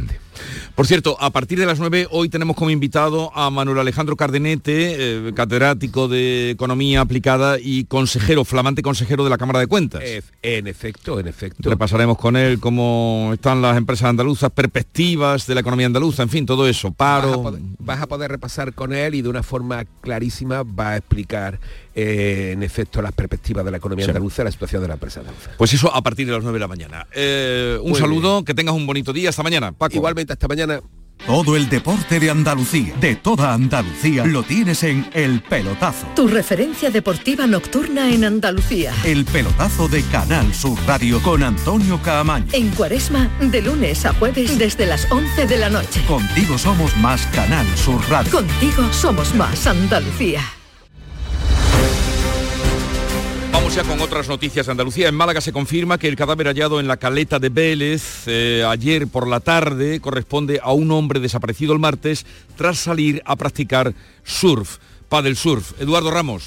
Por cierto, a partir de las 9 hoy tenemos como invitado a Manuel Alejandro Cardenete, catedrático de Economía Aplicada y flamante consejero de la Cámara de Cuentas. En efecto. Repasaremos con él cómo están las empresas andaluzas, perspectivas de la economía andaluza, en fin, todo eso, paro. Vas a poder repasar con él y de una forma clarísima va a explicar en efecto las perspectivas de la economía andaluza y la situación de la empresa andaluza. Pues eso a partir de las 9 de la mañana. Un saludo, bien. Que tengas un bonito día, hasta mañana, Paco. Igualmente, hasta mañana. Todo el deporte de Andalucía, de toda Andalucía, lo tienes en El Pelotazo. Tu referencia deportiva nocturna en Andalucía. El Pelotazo de Canal Sur Radio con Antonio Caamaño. En Cuaresma, de lunes a jueves, desde las 11 de la noche. Contigo somos más Canal Sur Radio. Contigo somos más Andalucía. Vamos ya con otras noticias de Andalucía. En Málaga se confirma que el cadáver hallado en la caleta de Vélez ayer por la tarde corresponde a un hombre desaparecido el martes tras salir a practicar surf, paddle surf. Eduardo Ramos.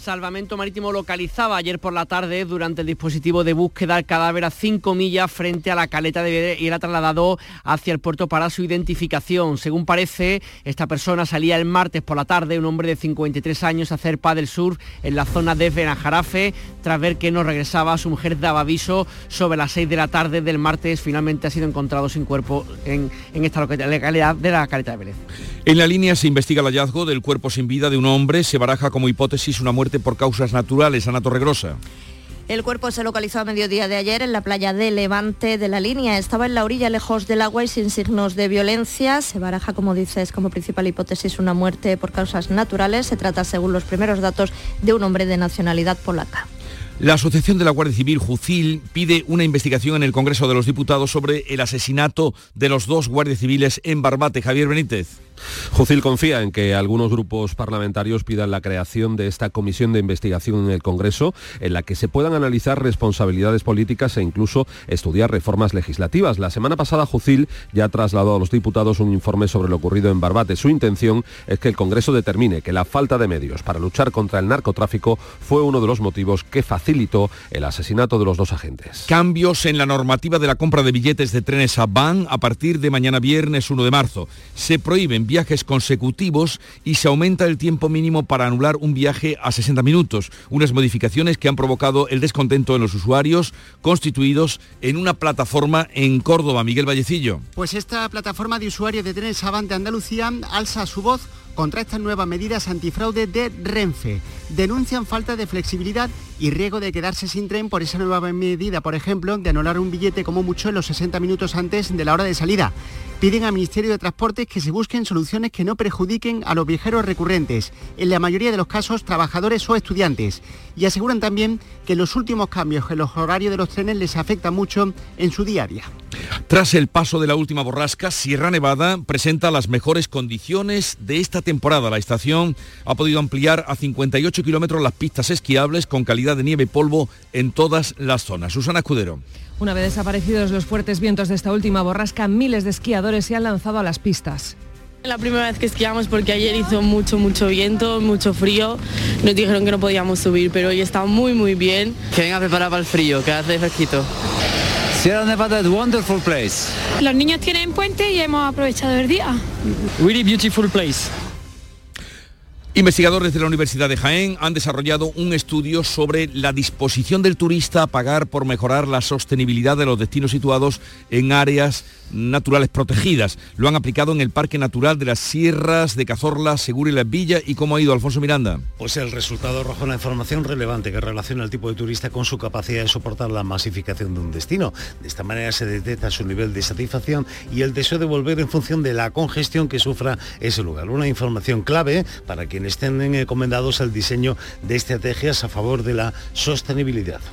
Salvamento Marítimo localizaba ayer por la tarde durante el dispositivo de búsqueda el cadáver a 5 millas frente a la caleta de Vélez y era trasladado hacia el puerto para su identificación. Según parece, esta persona salía el martes por la tarde, un hombre de 53 años, a hacer paddle surf en la zona de Benajarafe. Tras ver que no regresaba, su mujer daba aviso sobre las 6 de la tarde del martes. Finalmente ha sido encontrado sin cuerpo en esta localidad de la caleta de Vélez. En la línea se investiga el hallazgo del cuerpo sin vida de un hombre. Se baraja como hipótesis una muerte por causas naturales. Ana Torregrosa. El cuerpo se localizó a mediodía de ayer en la playa de Levante de la línea. Estaba en la orilla, lejos del agua y sin signos de violencia. Se baraja, como dices, como principal hipótesis una muerte por causas naturales. Se trata, según los primeros datos, de un hombre de nacionalidad polaca. La Asociación de la Guardia Civil, JUCIL, pide una investigación en el Congreso de los Diputados sobre el asesinato de los 2 guardias civiles en Barbate. Javier Benítez. JUCIL confía en que algunos grupos parlamentarios pidan la creación de esta comisión de investigación en el Congreso, en la que se puedan analizar responsabilidades políticas e incluso estudiar reformas legislativas. La semana pasada JUCIL ya trasladó a los diputados un informe sobre lo ocurrido en Barbate. Su intención es que el Congreso determine que la falta de medios para luchar contra el narcotráfico fue uno de los motivos que facilitó el asesinato de los 2 agentes. Cambios en la normativa de la compra de billetes de trenes a van a partir de mañana viernes 1 de marzo. Se prohíben viajes consecutivos y se aumenta el tiempo mínimo para anular un viaje a 60 minutos. Unas modificaciones que han provocado el descontento en los usuarios constituidos en una plataforma en Córdoba. Miguel Vallecillo. Pues esta plataforma de usuarios de trenes Avant de Andalucía alza su voz contra estas nuevas medidas antifraude de Renfe. Denuncian falta de flexibilidad y riesgo de quedarse sin tren por esa nueva medida, por ejemplo, de anular un billete como mucho en los 60 minutos antes de la hora de salida. Piden al Ministerio de Transportes que se busquen soluciones que no perjudiquen a los viajeros recurrentes, en la mayoría de los casos trabajadores o estudiantes, y aseguran también que los últimos cambios en los horarios de los trenes les afectan mucho en su día a día. Tras el paso de la última borrasca, Sierra Nevada presenta las mejores condiciones de esta temporada. La estación ha podido ampliar a 58 kilómetros las pistas esquiables con calidad de nieve y polvo en todas las zonas. Susana Escudero. Una vez desaparecidos los fuertes vientos de esta última borrasca, miles de esquiadores se han lanzado a las pistas. La primera vez que esquiamos porque ayer hizo mucho viento, mucho frío. Nos dijeron que no podíamos subir, pero hoy está muy bien. Que venga preparado para el frío, que hace fresquito. Sierra Nevada es wonderful place. Los niños tienen puente y hemos aprovechado el día. Really beautiful place. Investigadores de la Universidad de Jaén han desarrollado un estudio sobre la disposición del turista a pagar por mejorar la sostenibilidad de los destinos situados en áreas naturales protegidas. Lo han aplicado en el Parque Natural de las Sierras de Cazorla, Segura y Las Villas. ¿Y cómo ha ido, Alfonso Miranda? Pues el resultado arroja una información relevante que relaciona el tipo de turista con su capacidad de soportar la masificación de un destino. De esta manera se detecta su nivel de satisfacción y el deseo de volver en función de la congestión que sufra ese lugar. Una información clave para quienes estén encomendados al diseño de estrategias a favor de la sostenibilidad.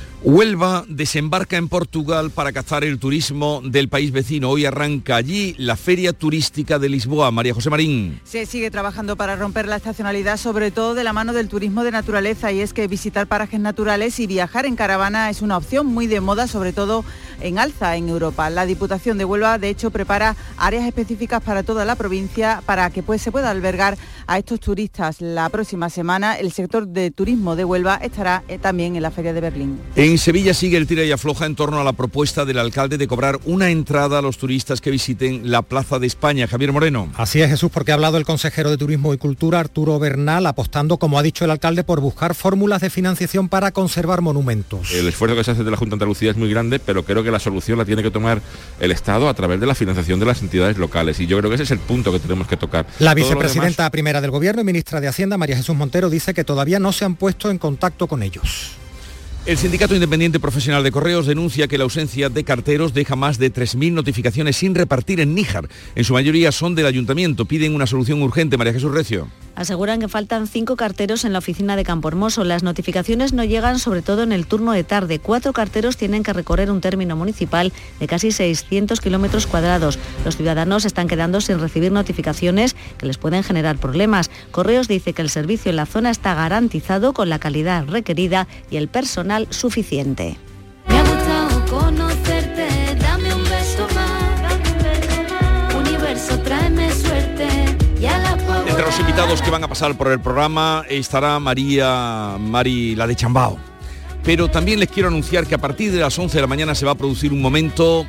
Huelva desembarca en Portugal para cazar el turismo del país vecino. Hoy arranca allí la Feria Turística de Lisboa. María José Marín. Se sigue trabajando para romper la estacionalidad, sobre todo de la mano del turismo de naturaleza, y es que visitar parajes naturales y viajar en caravana es una opción muy de moda, sobre todo en alza en Europa. La Diputación de Huelva, de hecho, prepara áreas específicas para toda la provincia para que se pueda albergar a estos turistas. La próxima semana el sector de turismo de Huelva estará también en la Feria de Berlín. En Sevilla sigue el tira y afloja en torno a la propuesta del alcalde de cobrar una entrada a los turistas que visiten la Plaza de España. Javier Moreno. Así es, Jesús, porque ha hablado el consejero de Turismo y Cultura, Arturo Bernal, apostando, como ha dicho el alcalde, por buscar fórmulas de financiación para conservar monumentos. El esfuerzo que se hace de la Junta de Andalucía es muy grande, pero creo que la solución la tiene que tomar el Estado a través de la financiación de las entidades locales, y yo creo que ese es el punto que tenemos que tocar. La vicepresidenta primera del Gobierno y ministra de Hacienda, María Jesús Montero, dice que todavía no se han puesto en contacto con ellos. El Sindicato Independiente Profesional de Correos denuncia que la ausencia de carteros deja más de 3.000 notificaciones sin repartir en Níjar. En su mayoría son del Ayuntamiento. Piden una solución urgente. María Jesús Recio. Aseguran que faltan 5 carteros en la oficina de Campohermoso. Las notificaciones no llegan, sobre todo en el turno de tarde. 4 carteros tienen que recorrer un término municipal de casi 600 kilómetros cuadrados. Los ciudadanos están quedando sin recibir notificaciones que les pueden generar problemas. Correos dice que el servicio en la zona está garantizado con la calidad requerida y el personal suficiente. Me ha gustado conocerte, dame un beso más. Universo, tráeme suerte. Y a la Entre los los invitados que van a pasar por el programa estará Mari, la de Chambao. Pero también les quiero anunciar que a partir de las 11 de la mañana se va a producir un momento,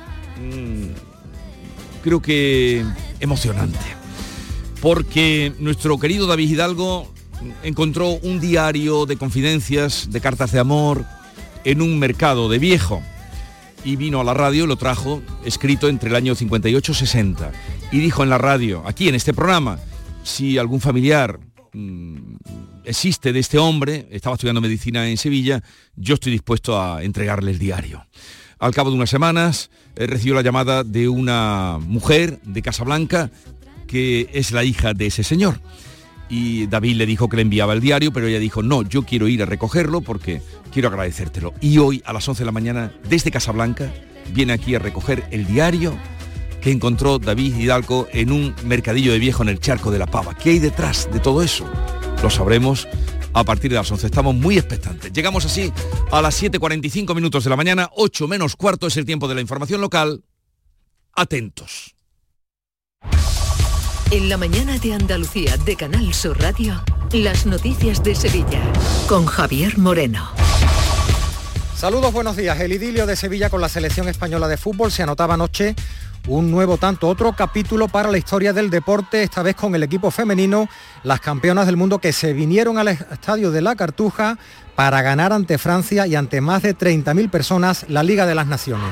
creo que emocionante. Porque nuestro querido David Hidalgo encontró un diario de confidencias, de cartas de amor, en un mercado de viejo. Y vino a la radio, lo trajo, escrito entre el año 58-60. Y dijo en la radio, aquí en este programa, si algún familiar existe de este hombre, estaba estudiando medicina en Sevilla, yo estoy dispuesto a entregarle el diario. Al cabo de unas semanas, recibió la llamada de una mujer de Casablanca, que es la hija de ese señor. Y David le dijo que le enviaba el diario, pero ella dijo, no, yo quiero ir a recogerlo porque quiero agradecértelo. Y hoy, a las 11 de la mañana, desde Casablanca, viene aquí a recoger el diario que encontró David Hidalgo en un mercadillo de viejo en el Charco de la Pava. ¿Qué hay detrás de todo eso? Lo sabremos a partir de las 11. Estamos muy expectantes. Llegamos así a las 7:45 minutos de la mañana, 8 menos cuarto es el tiempo de la información local. Atentos. En la mañana de Andalucía de Canal Sur Radio, las noticias de Sevilla con Javier Moreno. Saludos, buenos días. El idilio de Sevilla con la selección española de fútbol. Se anotaba anoche un nuevo tanto, otro capítulo para la historia del deporte, esta vez con el equipo femenino, las campeonas del mundo que se vinieron al estadio de la Cartuja para ganar ante Francia y ante más de 30.000 personas la Liga de las Naciones.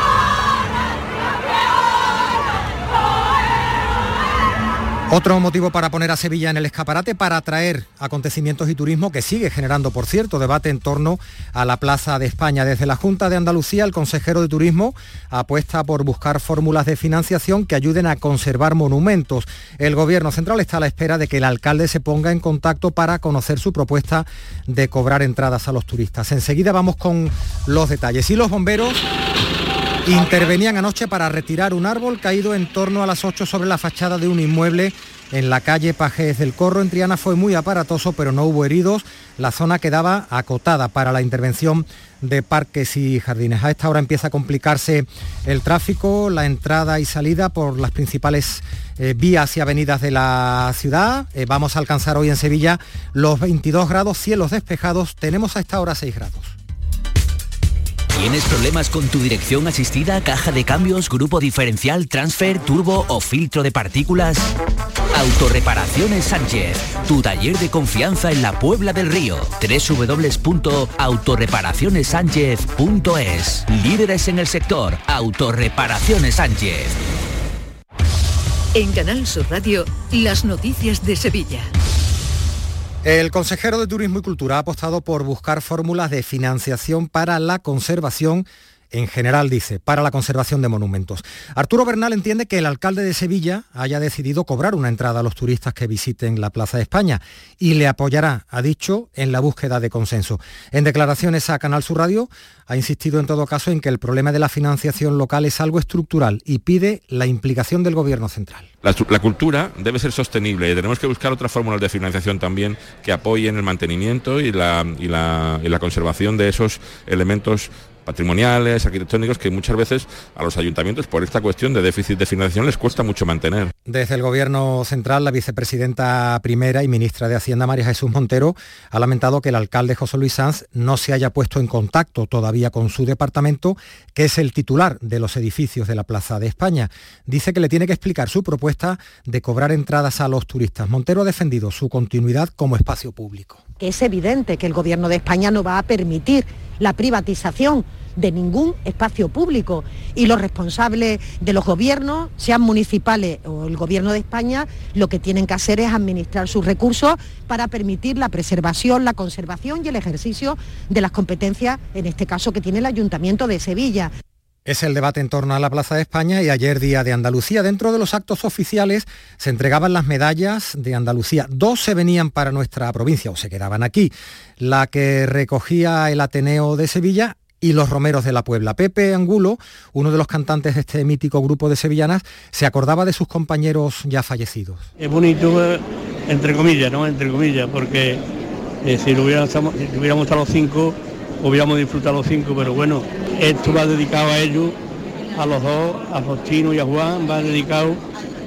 Otro motivo para poner a Sevilla en el escaparate, para atraer acontecimientos y turismo, que sigue generando, por cierto, debate en torno a la Plaza de España. Desde la Junta de Andalucía, el consejero de Turismo apuesta por buscar fórmulas de financiación que ayuden a conservar monumentos. El Gobierno central está a la espera de que el alcalde se ponga en contacto para conocer su propuesta de cobrar entradas a los turistas. Enseguida vamos con los detalles. Y los bomberos intervenían anoche para retirar un árbol caído en torno a las 8 sobre la fachada de un inmueble en la calle Pajés del Corro. En Triana fue muy aparatoso, pero no hubo heridos. La zona quedaba acotada para la intervención de Parques y Jardines. A esta hora empieza a complicarse el tráfico, la entrada y salida por las principales vías y avenidas de la ciudad. Vamos a alcanzar hoy en Sevilla los 22 grados, cielos despejados. Tenemos a esta hora 6 grados. ¿Tienes problemas con tu dirección asistida, caja de cambios, grupo diferencial, transfer, turbo o filtro de partículas? Autorreparaciones Sánchez, tu taller de confianza en la Puebla del Río. www.autorreparacionessánchez.es. Líderes en el sector, Autorreparaciones Sánchez. En Canal Sur Radio, las noticias de Sevilla. El consejero de Turismo y Cultura ha apostado por buscar fórmulas de financiación para la conservación, en general dice, para la conservación de monumentos. Arturo Bernal entiende que el alcalde de Sevilla haya decidido cobrar una entrada a los turistas que visiten la Plaza de España y le apoyará, ha dicho, en la búsqueda de consenso. En declaraciones a Canal Sur Radio ha insistido en todo caso en que el problema de la financiación local es algo estructural y pide la implicación del Gobierno central. La cultura debe ser sostenible y tenemos que buscar otras fórmulas de financiación también que apoyen el mantenimiento y la conservación de esos elementos patrimoniales, arquitectónicos, que muchas veces a los ayuntamientos, por esta cuestión de déficit de financiación, les cuesta mucho mantener. Desde el Gobierno central, la vicepresidenta primera y ministra de Hacienda, María Jesús Montero, ha lamentado que el alcalde José Luis Sanz no se haya puesto en contacto todavía con su departamento, que es el titular de los edificios de la Plaza de España. Dice que le tiene que explicar su propuesta de cobrar entradas a los turistas. Montero ha defendido su continuidad como espacio público. Que es evidente que el Gobierno de España no va a permitir la privatización de ningún espacio público y los responsables de los gobiernos, sean municipales o el Gobierno de España, lo que tienen que hacer es administrar sus recursos para permitir la preservación, la conservación y el ejercicio de las competencias, en este caso que tiene el Ayuntamiento de Sevilla. Es el debate en torno a la Plaza de España y ayer Día de Andalucía. Dentro de los actos oficiales se entregaban las medallas de Andalucía. 2 se venían para nuestra provincia o se quedaban aquí. La que recogía el Ateneo de Sevilla y los Romeros de la Puebla. Pepe Angulo, uno de los cantantes de este mítico grupo de sevillanas, se acordaba de sus compañeros ya fallecidos. Es bonito, entre comillas, ¿no? Entre comillas, porque si hubiéramos estado los 5... hubiéramos disfrutado los 5, pero bueno, esto va dedicado a ellos, a los dos, a Faustino y a Juan, va dedicado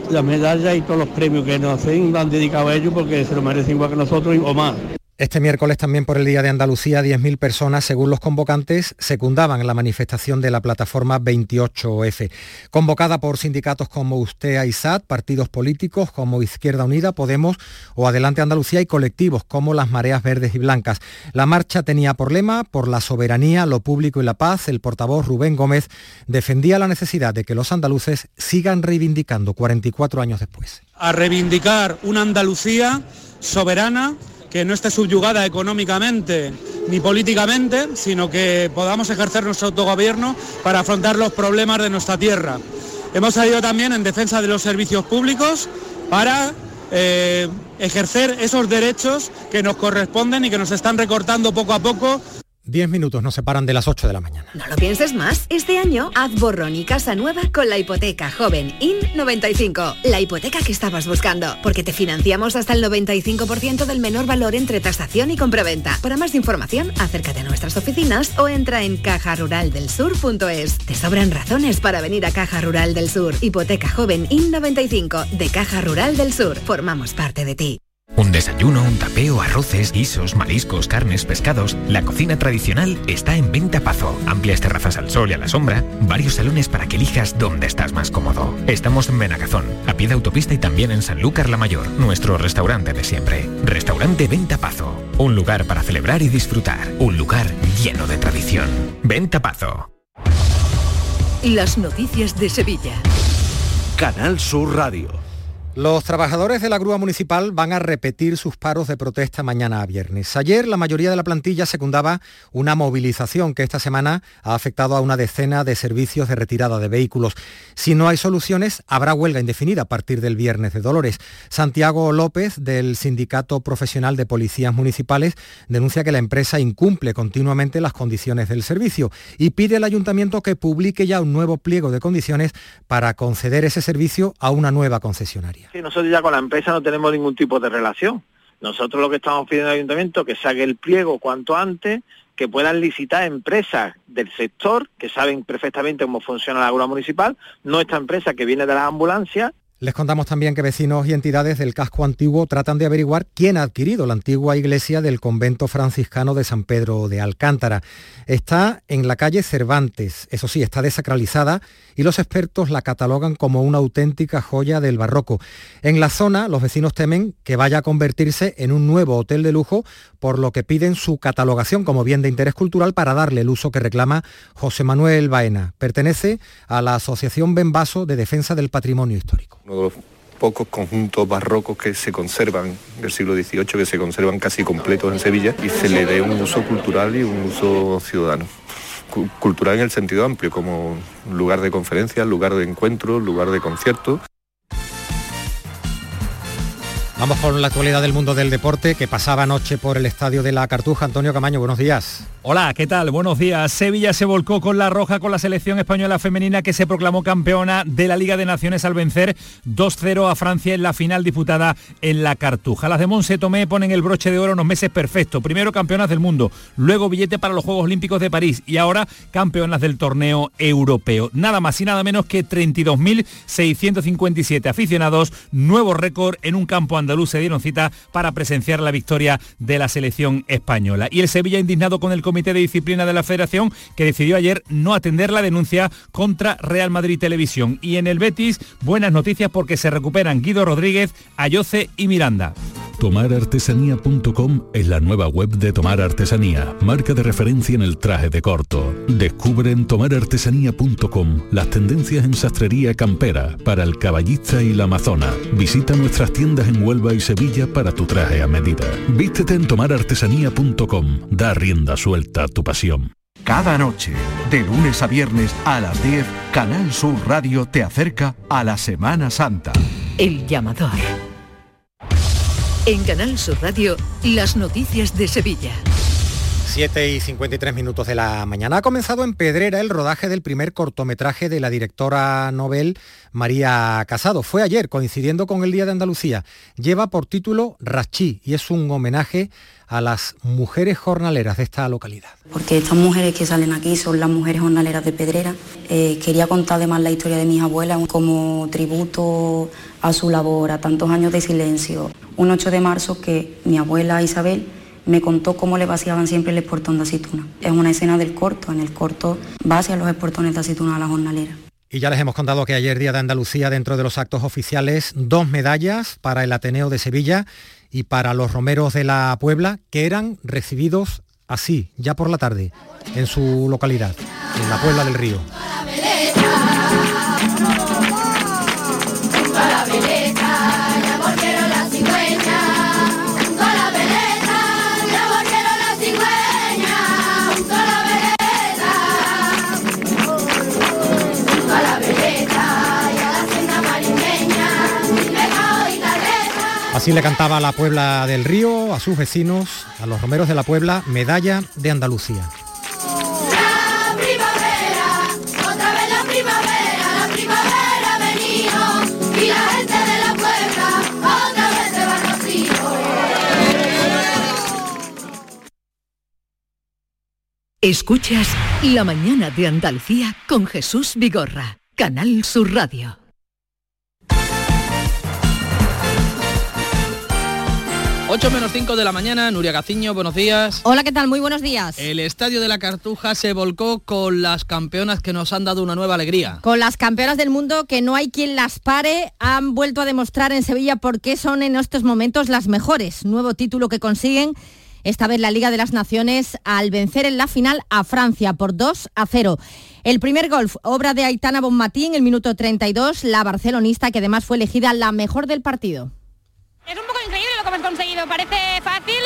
las medallas y todos los premios que nos hacen van dedicados a ellos porque se lo merecen igual que nosotros o más. Este miércoles también por el Día de Andalucía 10.000 personas, según los convocantes, secundaban la manifestación de la plataforma 28F, convocada por sindicatos como Ustea y SAT, partidos políticos como Izquierda Unida, Podemos o Adelante Andalucía y colectivos como las Mareas Verdes y Blancas. La marcha tenía por lema por la soberanía, lo público y la paz. El portavoz Rubén Gómez defendía la necesidad de que los andaluces sigan reivindicando 44 años después. A reivindicar una Andalucía soberana, que no esté subyugada económicamente ni políticamente, sino que podamos ejercer nuestro autogobierno para afrontar los problemas de nuestra tierra. Hemos salido también en defensa de los servicios públicos para ejercer esos derechos que nos corresponden y que nos están recortando poco a poco. 10 minutos nos separan de las 8 de la mañana. No lo pienses más. Este año haz borrón y casa nueva con la hipoteca joven IN95. La hipoteca que estabas buscando. Porque te financiamos hasta el 95% del menor valor entre tasación y compraventa. Para más información, acércate a nuestras oficinas o entra en cajaruraldelsur.es. Te sobran razones para venir a Caja Rural del Sur. Hipoteca joven IN95 de Caja Rural del Sur. Formamos parte de ti. Un desayuno, un tapeo, arroces, guisos, mariscos, carnes, pescados. La cocina tradicional está en Venta Pazo. Amplias terrazas al sol y a la sombra. Varios salones para que elijas dónde estás más cómodo. Estamos en Benagazón, a pie de autopista y también en Sanlúcar la Mayor. Nuestro restaurante de siempre. Restaurante Venta Pazo. Un lugar para celebrar y disfrutar. Un lugar lleno de tradición. Venta Pazo. Las noticias de Sevilla. Canal Sur Radio. Los trabajadores de la grúa municipal van a repetir sus paros de protesta mañana a viernes. Ayer la mayoría de la plantilla secundaba una movilización que esta semana ha afectado a una decena de servicios de retirada de vehículos. Si no hay soluciones, habrá huelga indefinida a partir del viernes de Dolores. Santiago López, del Sindicato Profesional de Policías Municipales, denuncia que la empresa incumple continuamente las condiciones del servicio y pide al ayuntamiento que publique ya un nuevo pliego de condiciones para conceder ese servicio a una nueva concesionaria. Sí, nosotros ya con la empresa no tenemos ningún tipo de relación. Nosotros lo que estamos pidiendo al ayuntamiento es que saque el pliego cuanto antes, que puedan licitar empresas del sector que saben perfectamente cómo funciona la grúa municipal, no esta empresa que viene de las ambulancias. Les contamos también que vecinos y entidades del casco antiguo tratan de averiguar quién ha adquirido la antigua iglesia del convento franciscano de San Pedro de Alcántara. Está en la calle Cervantes, eso sí, está desacralizada y los expertos la catalogan como una auténtica joya del barroco. En la zona, los vecinos temen que vaya a convertirse en un nuevo hotel de lujo, por lo que piden su catalogación como bien de interés cultural para darle el uso que reclama José Manuel Baena. Pertenece a la Asociación Benvaso de Defensa del Patrimonio Histórico. Uno de los pocos conjuntos barrocos que se conservan del siglo XVIII, que se conservan casi completos en Sevilla, y se le dé un uso cultural y un uso ciudadano. Cultural en el sentido amplio, como lugar de conferencias, lugar de encuentros, lugar de conciertos. Vamos con la actualidad del mundo del deporte que pasaba anoche por el estadio de la Cartuja. Antonio Camaño, buenos días. Hola, ¿qué tal? Buenos días. Sevilla se volcó con la roja con la selección española femenina que se proclamó campeona de la Liga de Naciones al vencer 2-0 a Francia en la final disputada en la Cartuja. Las de Monse Tomé ponen el broche de oro en unos meses perfectos. Primero campeonas del mundo, luego billete para los Juegos Olímpicos de París y ahora campeonas del torneo europeo. Nada más y nada menos que 32.657 aficionados, nuevo récord en un campo andaluz. Se dieron cita para presenciar la victoria de la selección española. Y el Sevilla indignado con el Comité de Disciplina de la Federación, que decidió ayer no atender la denuncia contra Real Madrid Televisión. Y en el Betis, buenas noticias porque se recuperan Guido Rodríguez, Ayoce y Miranda. Tomarartesanía.com es la nueva web de Tomar Artesanía, marca de referencia en el traje de corto. Descubre en tomarartesanía.com las tendencias en sastrería campera para el caballista y la amazona. Visita nuestras tiendas en Huelva y Sevilla para tu traje a medida. Vístete en tomarartesanía.com. Da rienda suelta a tu pasión. Cada noche, de lunes a viernes a las 10, Canal Sur Radio te acerca a la Semana Santa. El llamador. En Canal Sur Radio, las noticias de Sevilla. 7:53 de la mañana. Ha comenzado en Pedrera el rodaje del primer cortometraje de la directora novel María Casado. Fue ayer, coincidiendo con el Día de Andalucía. Lleva por título Rachí y es un homenaje a las mujeres jornaleras de esta localidad. Porque estas mujeres que salen aquí son las mujeres jornaleras de Pedrera. Quería contar además la historia de mis abuelas como tributo a su labor, a tantos años de silencio. Un 8 de marzo que mi abuela Isabel me contó cómo le vaciaban siempre el esportón de aceituna. Es una escena del corto. En el corto vacian los esportones de aceituna a la jornalera. Y ya les hemos contado que ayer, Día de Andalucía, dentro de los actos oficiales, 2 medallas para el Ateneo de Sevilla y para los romeros de la Puebla, que eran recibidos así, ya por la tarde, en su localidad, en la Puebla del Río. Así le cantaba a la Puebla del Río, a sus vecinos, a los romeros de la Puebla, medalla de Andalucía. La primavera, otra vez la primavera ha venido, y la gente de la Puebla otra vez se va al rocío. Escuchas La Mañana de Andalucía con Jesús Vigorra, Canal Sur Radio. Ocho menos 5 de la mañana, Nuria Gaciño, buenos días. Hola, ¿qué tal? Muy buenos días. El Estadio de la Cartuja se volcó con las campeonas que nos han dado una nueva alegría. Con las campeonas del mundo que no hay quien las pare, han vuelto a demostrar en Sevilla por qué son en estos momentos las mejores. Nuevo título que consiguen, esta vez la Liga de las Naciones, al vencer en la final a Francia por 2-0. El primer gol, obra de Aitana Bonmatí en el minuto 32, la barcelonista que además fue elegida la mejor del partido. Es un poco increíble lo que hemos conseguido, parece fácil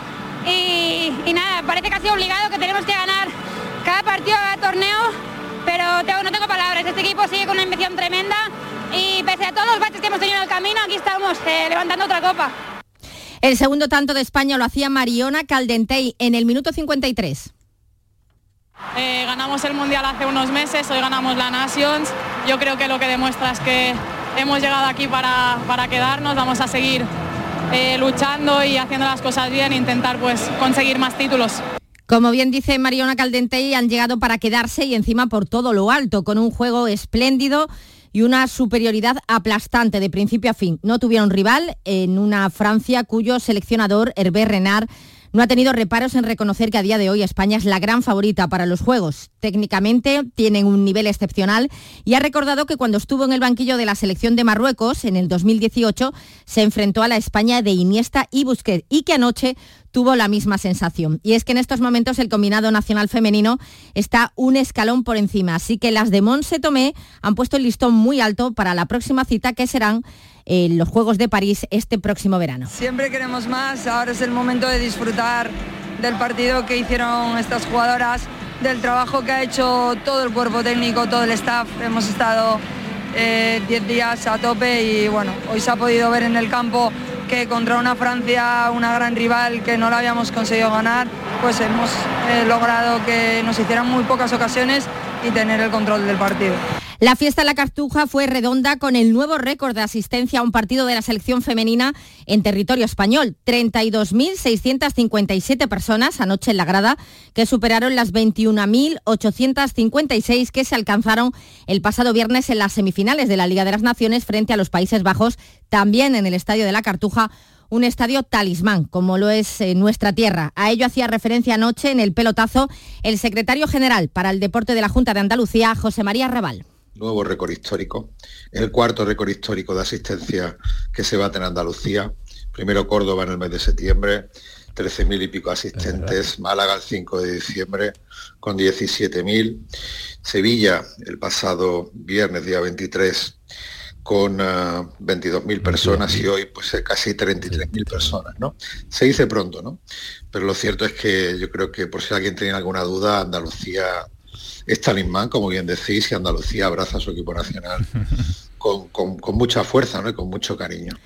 y nada, parece casi obligado, que tenemos que ganar cada partido, cada torneo, pero no tengo palabras. Este equipo sigue con una ambición tremenda y pese a todos los baches que hemos tenido en el camino, aquí estamos levantando otra copa. El segundo tanto de España lo hacía Mariona Caldentey en el minuto 53. Ganamos el Mundial hace unos meses, hoy ganamos la Nations. Yo creo que lo que demuestra es que hemos llegado aquí para quedarnos, vamos a seguir luchando y haciendo las cosas bien e intentar pues conseguir más títulos. Como bien dice Mariona Caldentey, han llegado para quedarse y encima por todo lo alto, con un juego espléndido y una superioridad aplastante de principio a fin. No tuvieron rival en una Francia cuyo seleccionador, Hervé Renard, no ha tenido reparos en reconocer que a día de hoy España es la gran favorita para los Juegos. Técnicamente tienen un nivel excepcional y ha recordado que cuando estuvo en el banquillo de la selección de Marruecos en el 2018 se enfrentó a la España de Iniesta y Busquets y que anoche tuvo la misma sensación. Y es que en estos momentos el combinado nacional femenino está un escalón por encima. Así que las de Montse Tomé han puesto el listón muy alto para la próxima cita que serán los Juegos de París este próximo verano. Siempre queremos más, ahora es el momento de disfrutar del partido que hicieron estas jugadoras, del trabajo que ha hecho todo el cuerpo técnico, todo el staff. Hemos estado 10 días a tope y bueno, hoy se ha podido ver en el campo que contra una Francia, una gran rival que no la habíamos conseguido ganar, pues hemos logrado que nos hicieran muy pocas ocasiones y tener el control del partido. La fiesta en la Cartuja fue redonda con el nuevo récord de asistencia a un partido de la selección femenina en territorio español. 32.657 personas anoche en la grada, que superaron las 21.856 que se alcanzaron el pasado viernes en las semifinales de la Liga de las Naciones frente a los Países Bajos, también en el Estadio de la Cartuja, un estadio talismán, como lo es nuestra tierra. A ello hacía referencia anoche en el pelotazo el secretario general para el deporte de la Junta de Andalucía, José María Raval. Nuevo récord histórico, es el cuarto récord histórico de asistencia que se bate en Andalucía. Primero Córdoba en el mes de septiembre, 13.000 y pico asistentes, Málaga el 5 de diciembre con 17.000, Sevilla el pasado viernes día 23 con 22.000 personas y hoy pues casi 33.000 personas, ¿no? Se dice pronto, ¿no? Pero lo cierto es que yo creo que por si alguien tenía alguna duda, Andalucía es talismán, como bien decís, y Andalucía abraza a su equipo nacional con mucha fuerza, ¿no? Y con mucho cariño.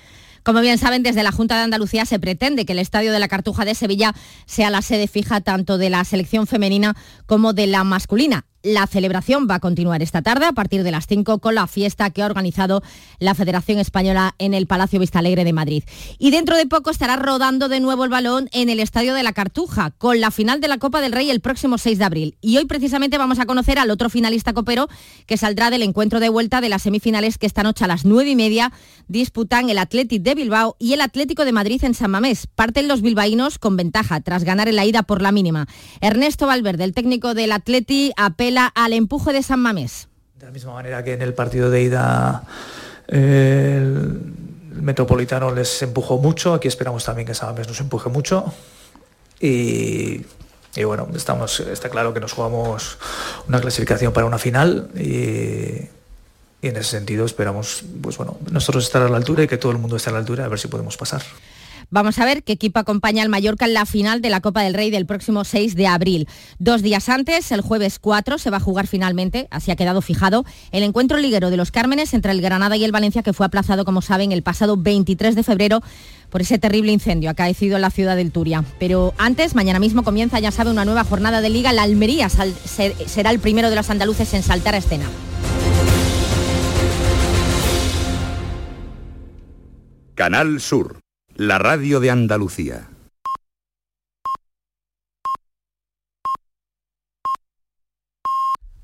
Como bien saben, desde la Junta de Andalucía se pretende que el Estadio de la Cartuja de Sevilla sea la sede fija tanto de la selección femenina como de la masculina. La celebración va a continuar esta tarde a partir de las 5 con la fiesta que ha organizado la Federación Española en el Palacio Vistalegre de Madrid. Y dentro de poco estará rodando de nuevo el balón en el Estadio de la Cartuja, con la final de la Copa del Rey el próximo 6 de abril. Y hoy precisamente vamos a conocer al otro finalista copero que saldrá del encuentro de vuelta de las semifinales que esta noche a las 9:30 disputan el Athletic de Bilbao y el Atlético de Madrid en San Mamés. Parten los bilbaínos con ventaja tras ganar en la ida por la mínima. Ernesto Valverde, el técnico del Athletic, apela al empuje de San Mamés. De la misma manera que en el partido de ida el Metropolitano les empujó mucho, aquí esperamos también que San Mamés nos empuje mucho y bueno, está claro que nos jugamos una clasificación para una final y en ese sentido esperamos nosotros estar a la altura y que todo el mundo esté a la altura, a ver si podemos pasar. Vamos a ver qué equipo acompaña al Mallorca en la final de la Copa del Rey del próximo 6 de abril. 2 días antes, el jueves 4, se va a jugar finalmente, así ha quedado fijado, el encuentro liguero de los Cármenes entre el Granada y el Valencia, que fue aplazado, como saben, el pasado 23 de febrero por ese terrible incendio acaecido en la ciudad del Turia. Pero antes, mañana mismo comienza, ya sabe, una nueva jornada de Liga. La Almería será el primero de los andaluces en saltar a escena. Canal Sur, la radio de Andalucía.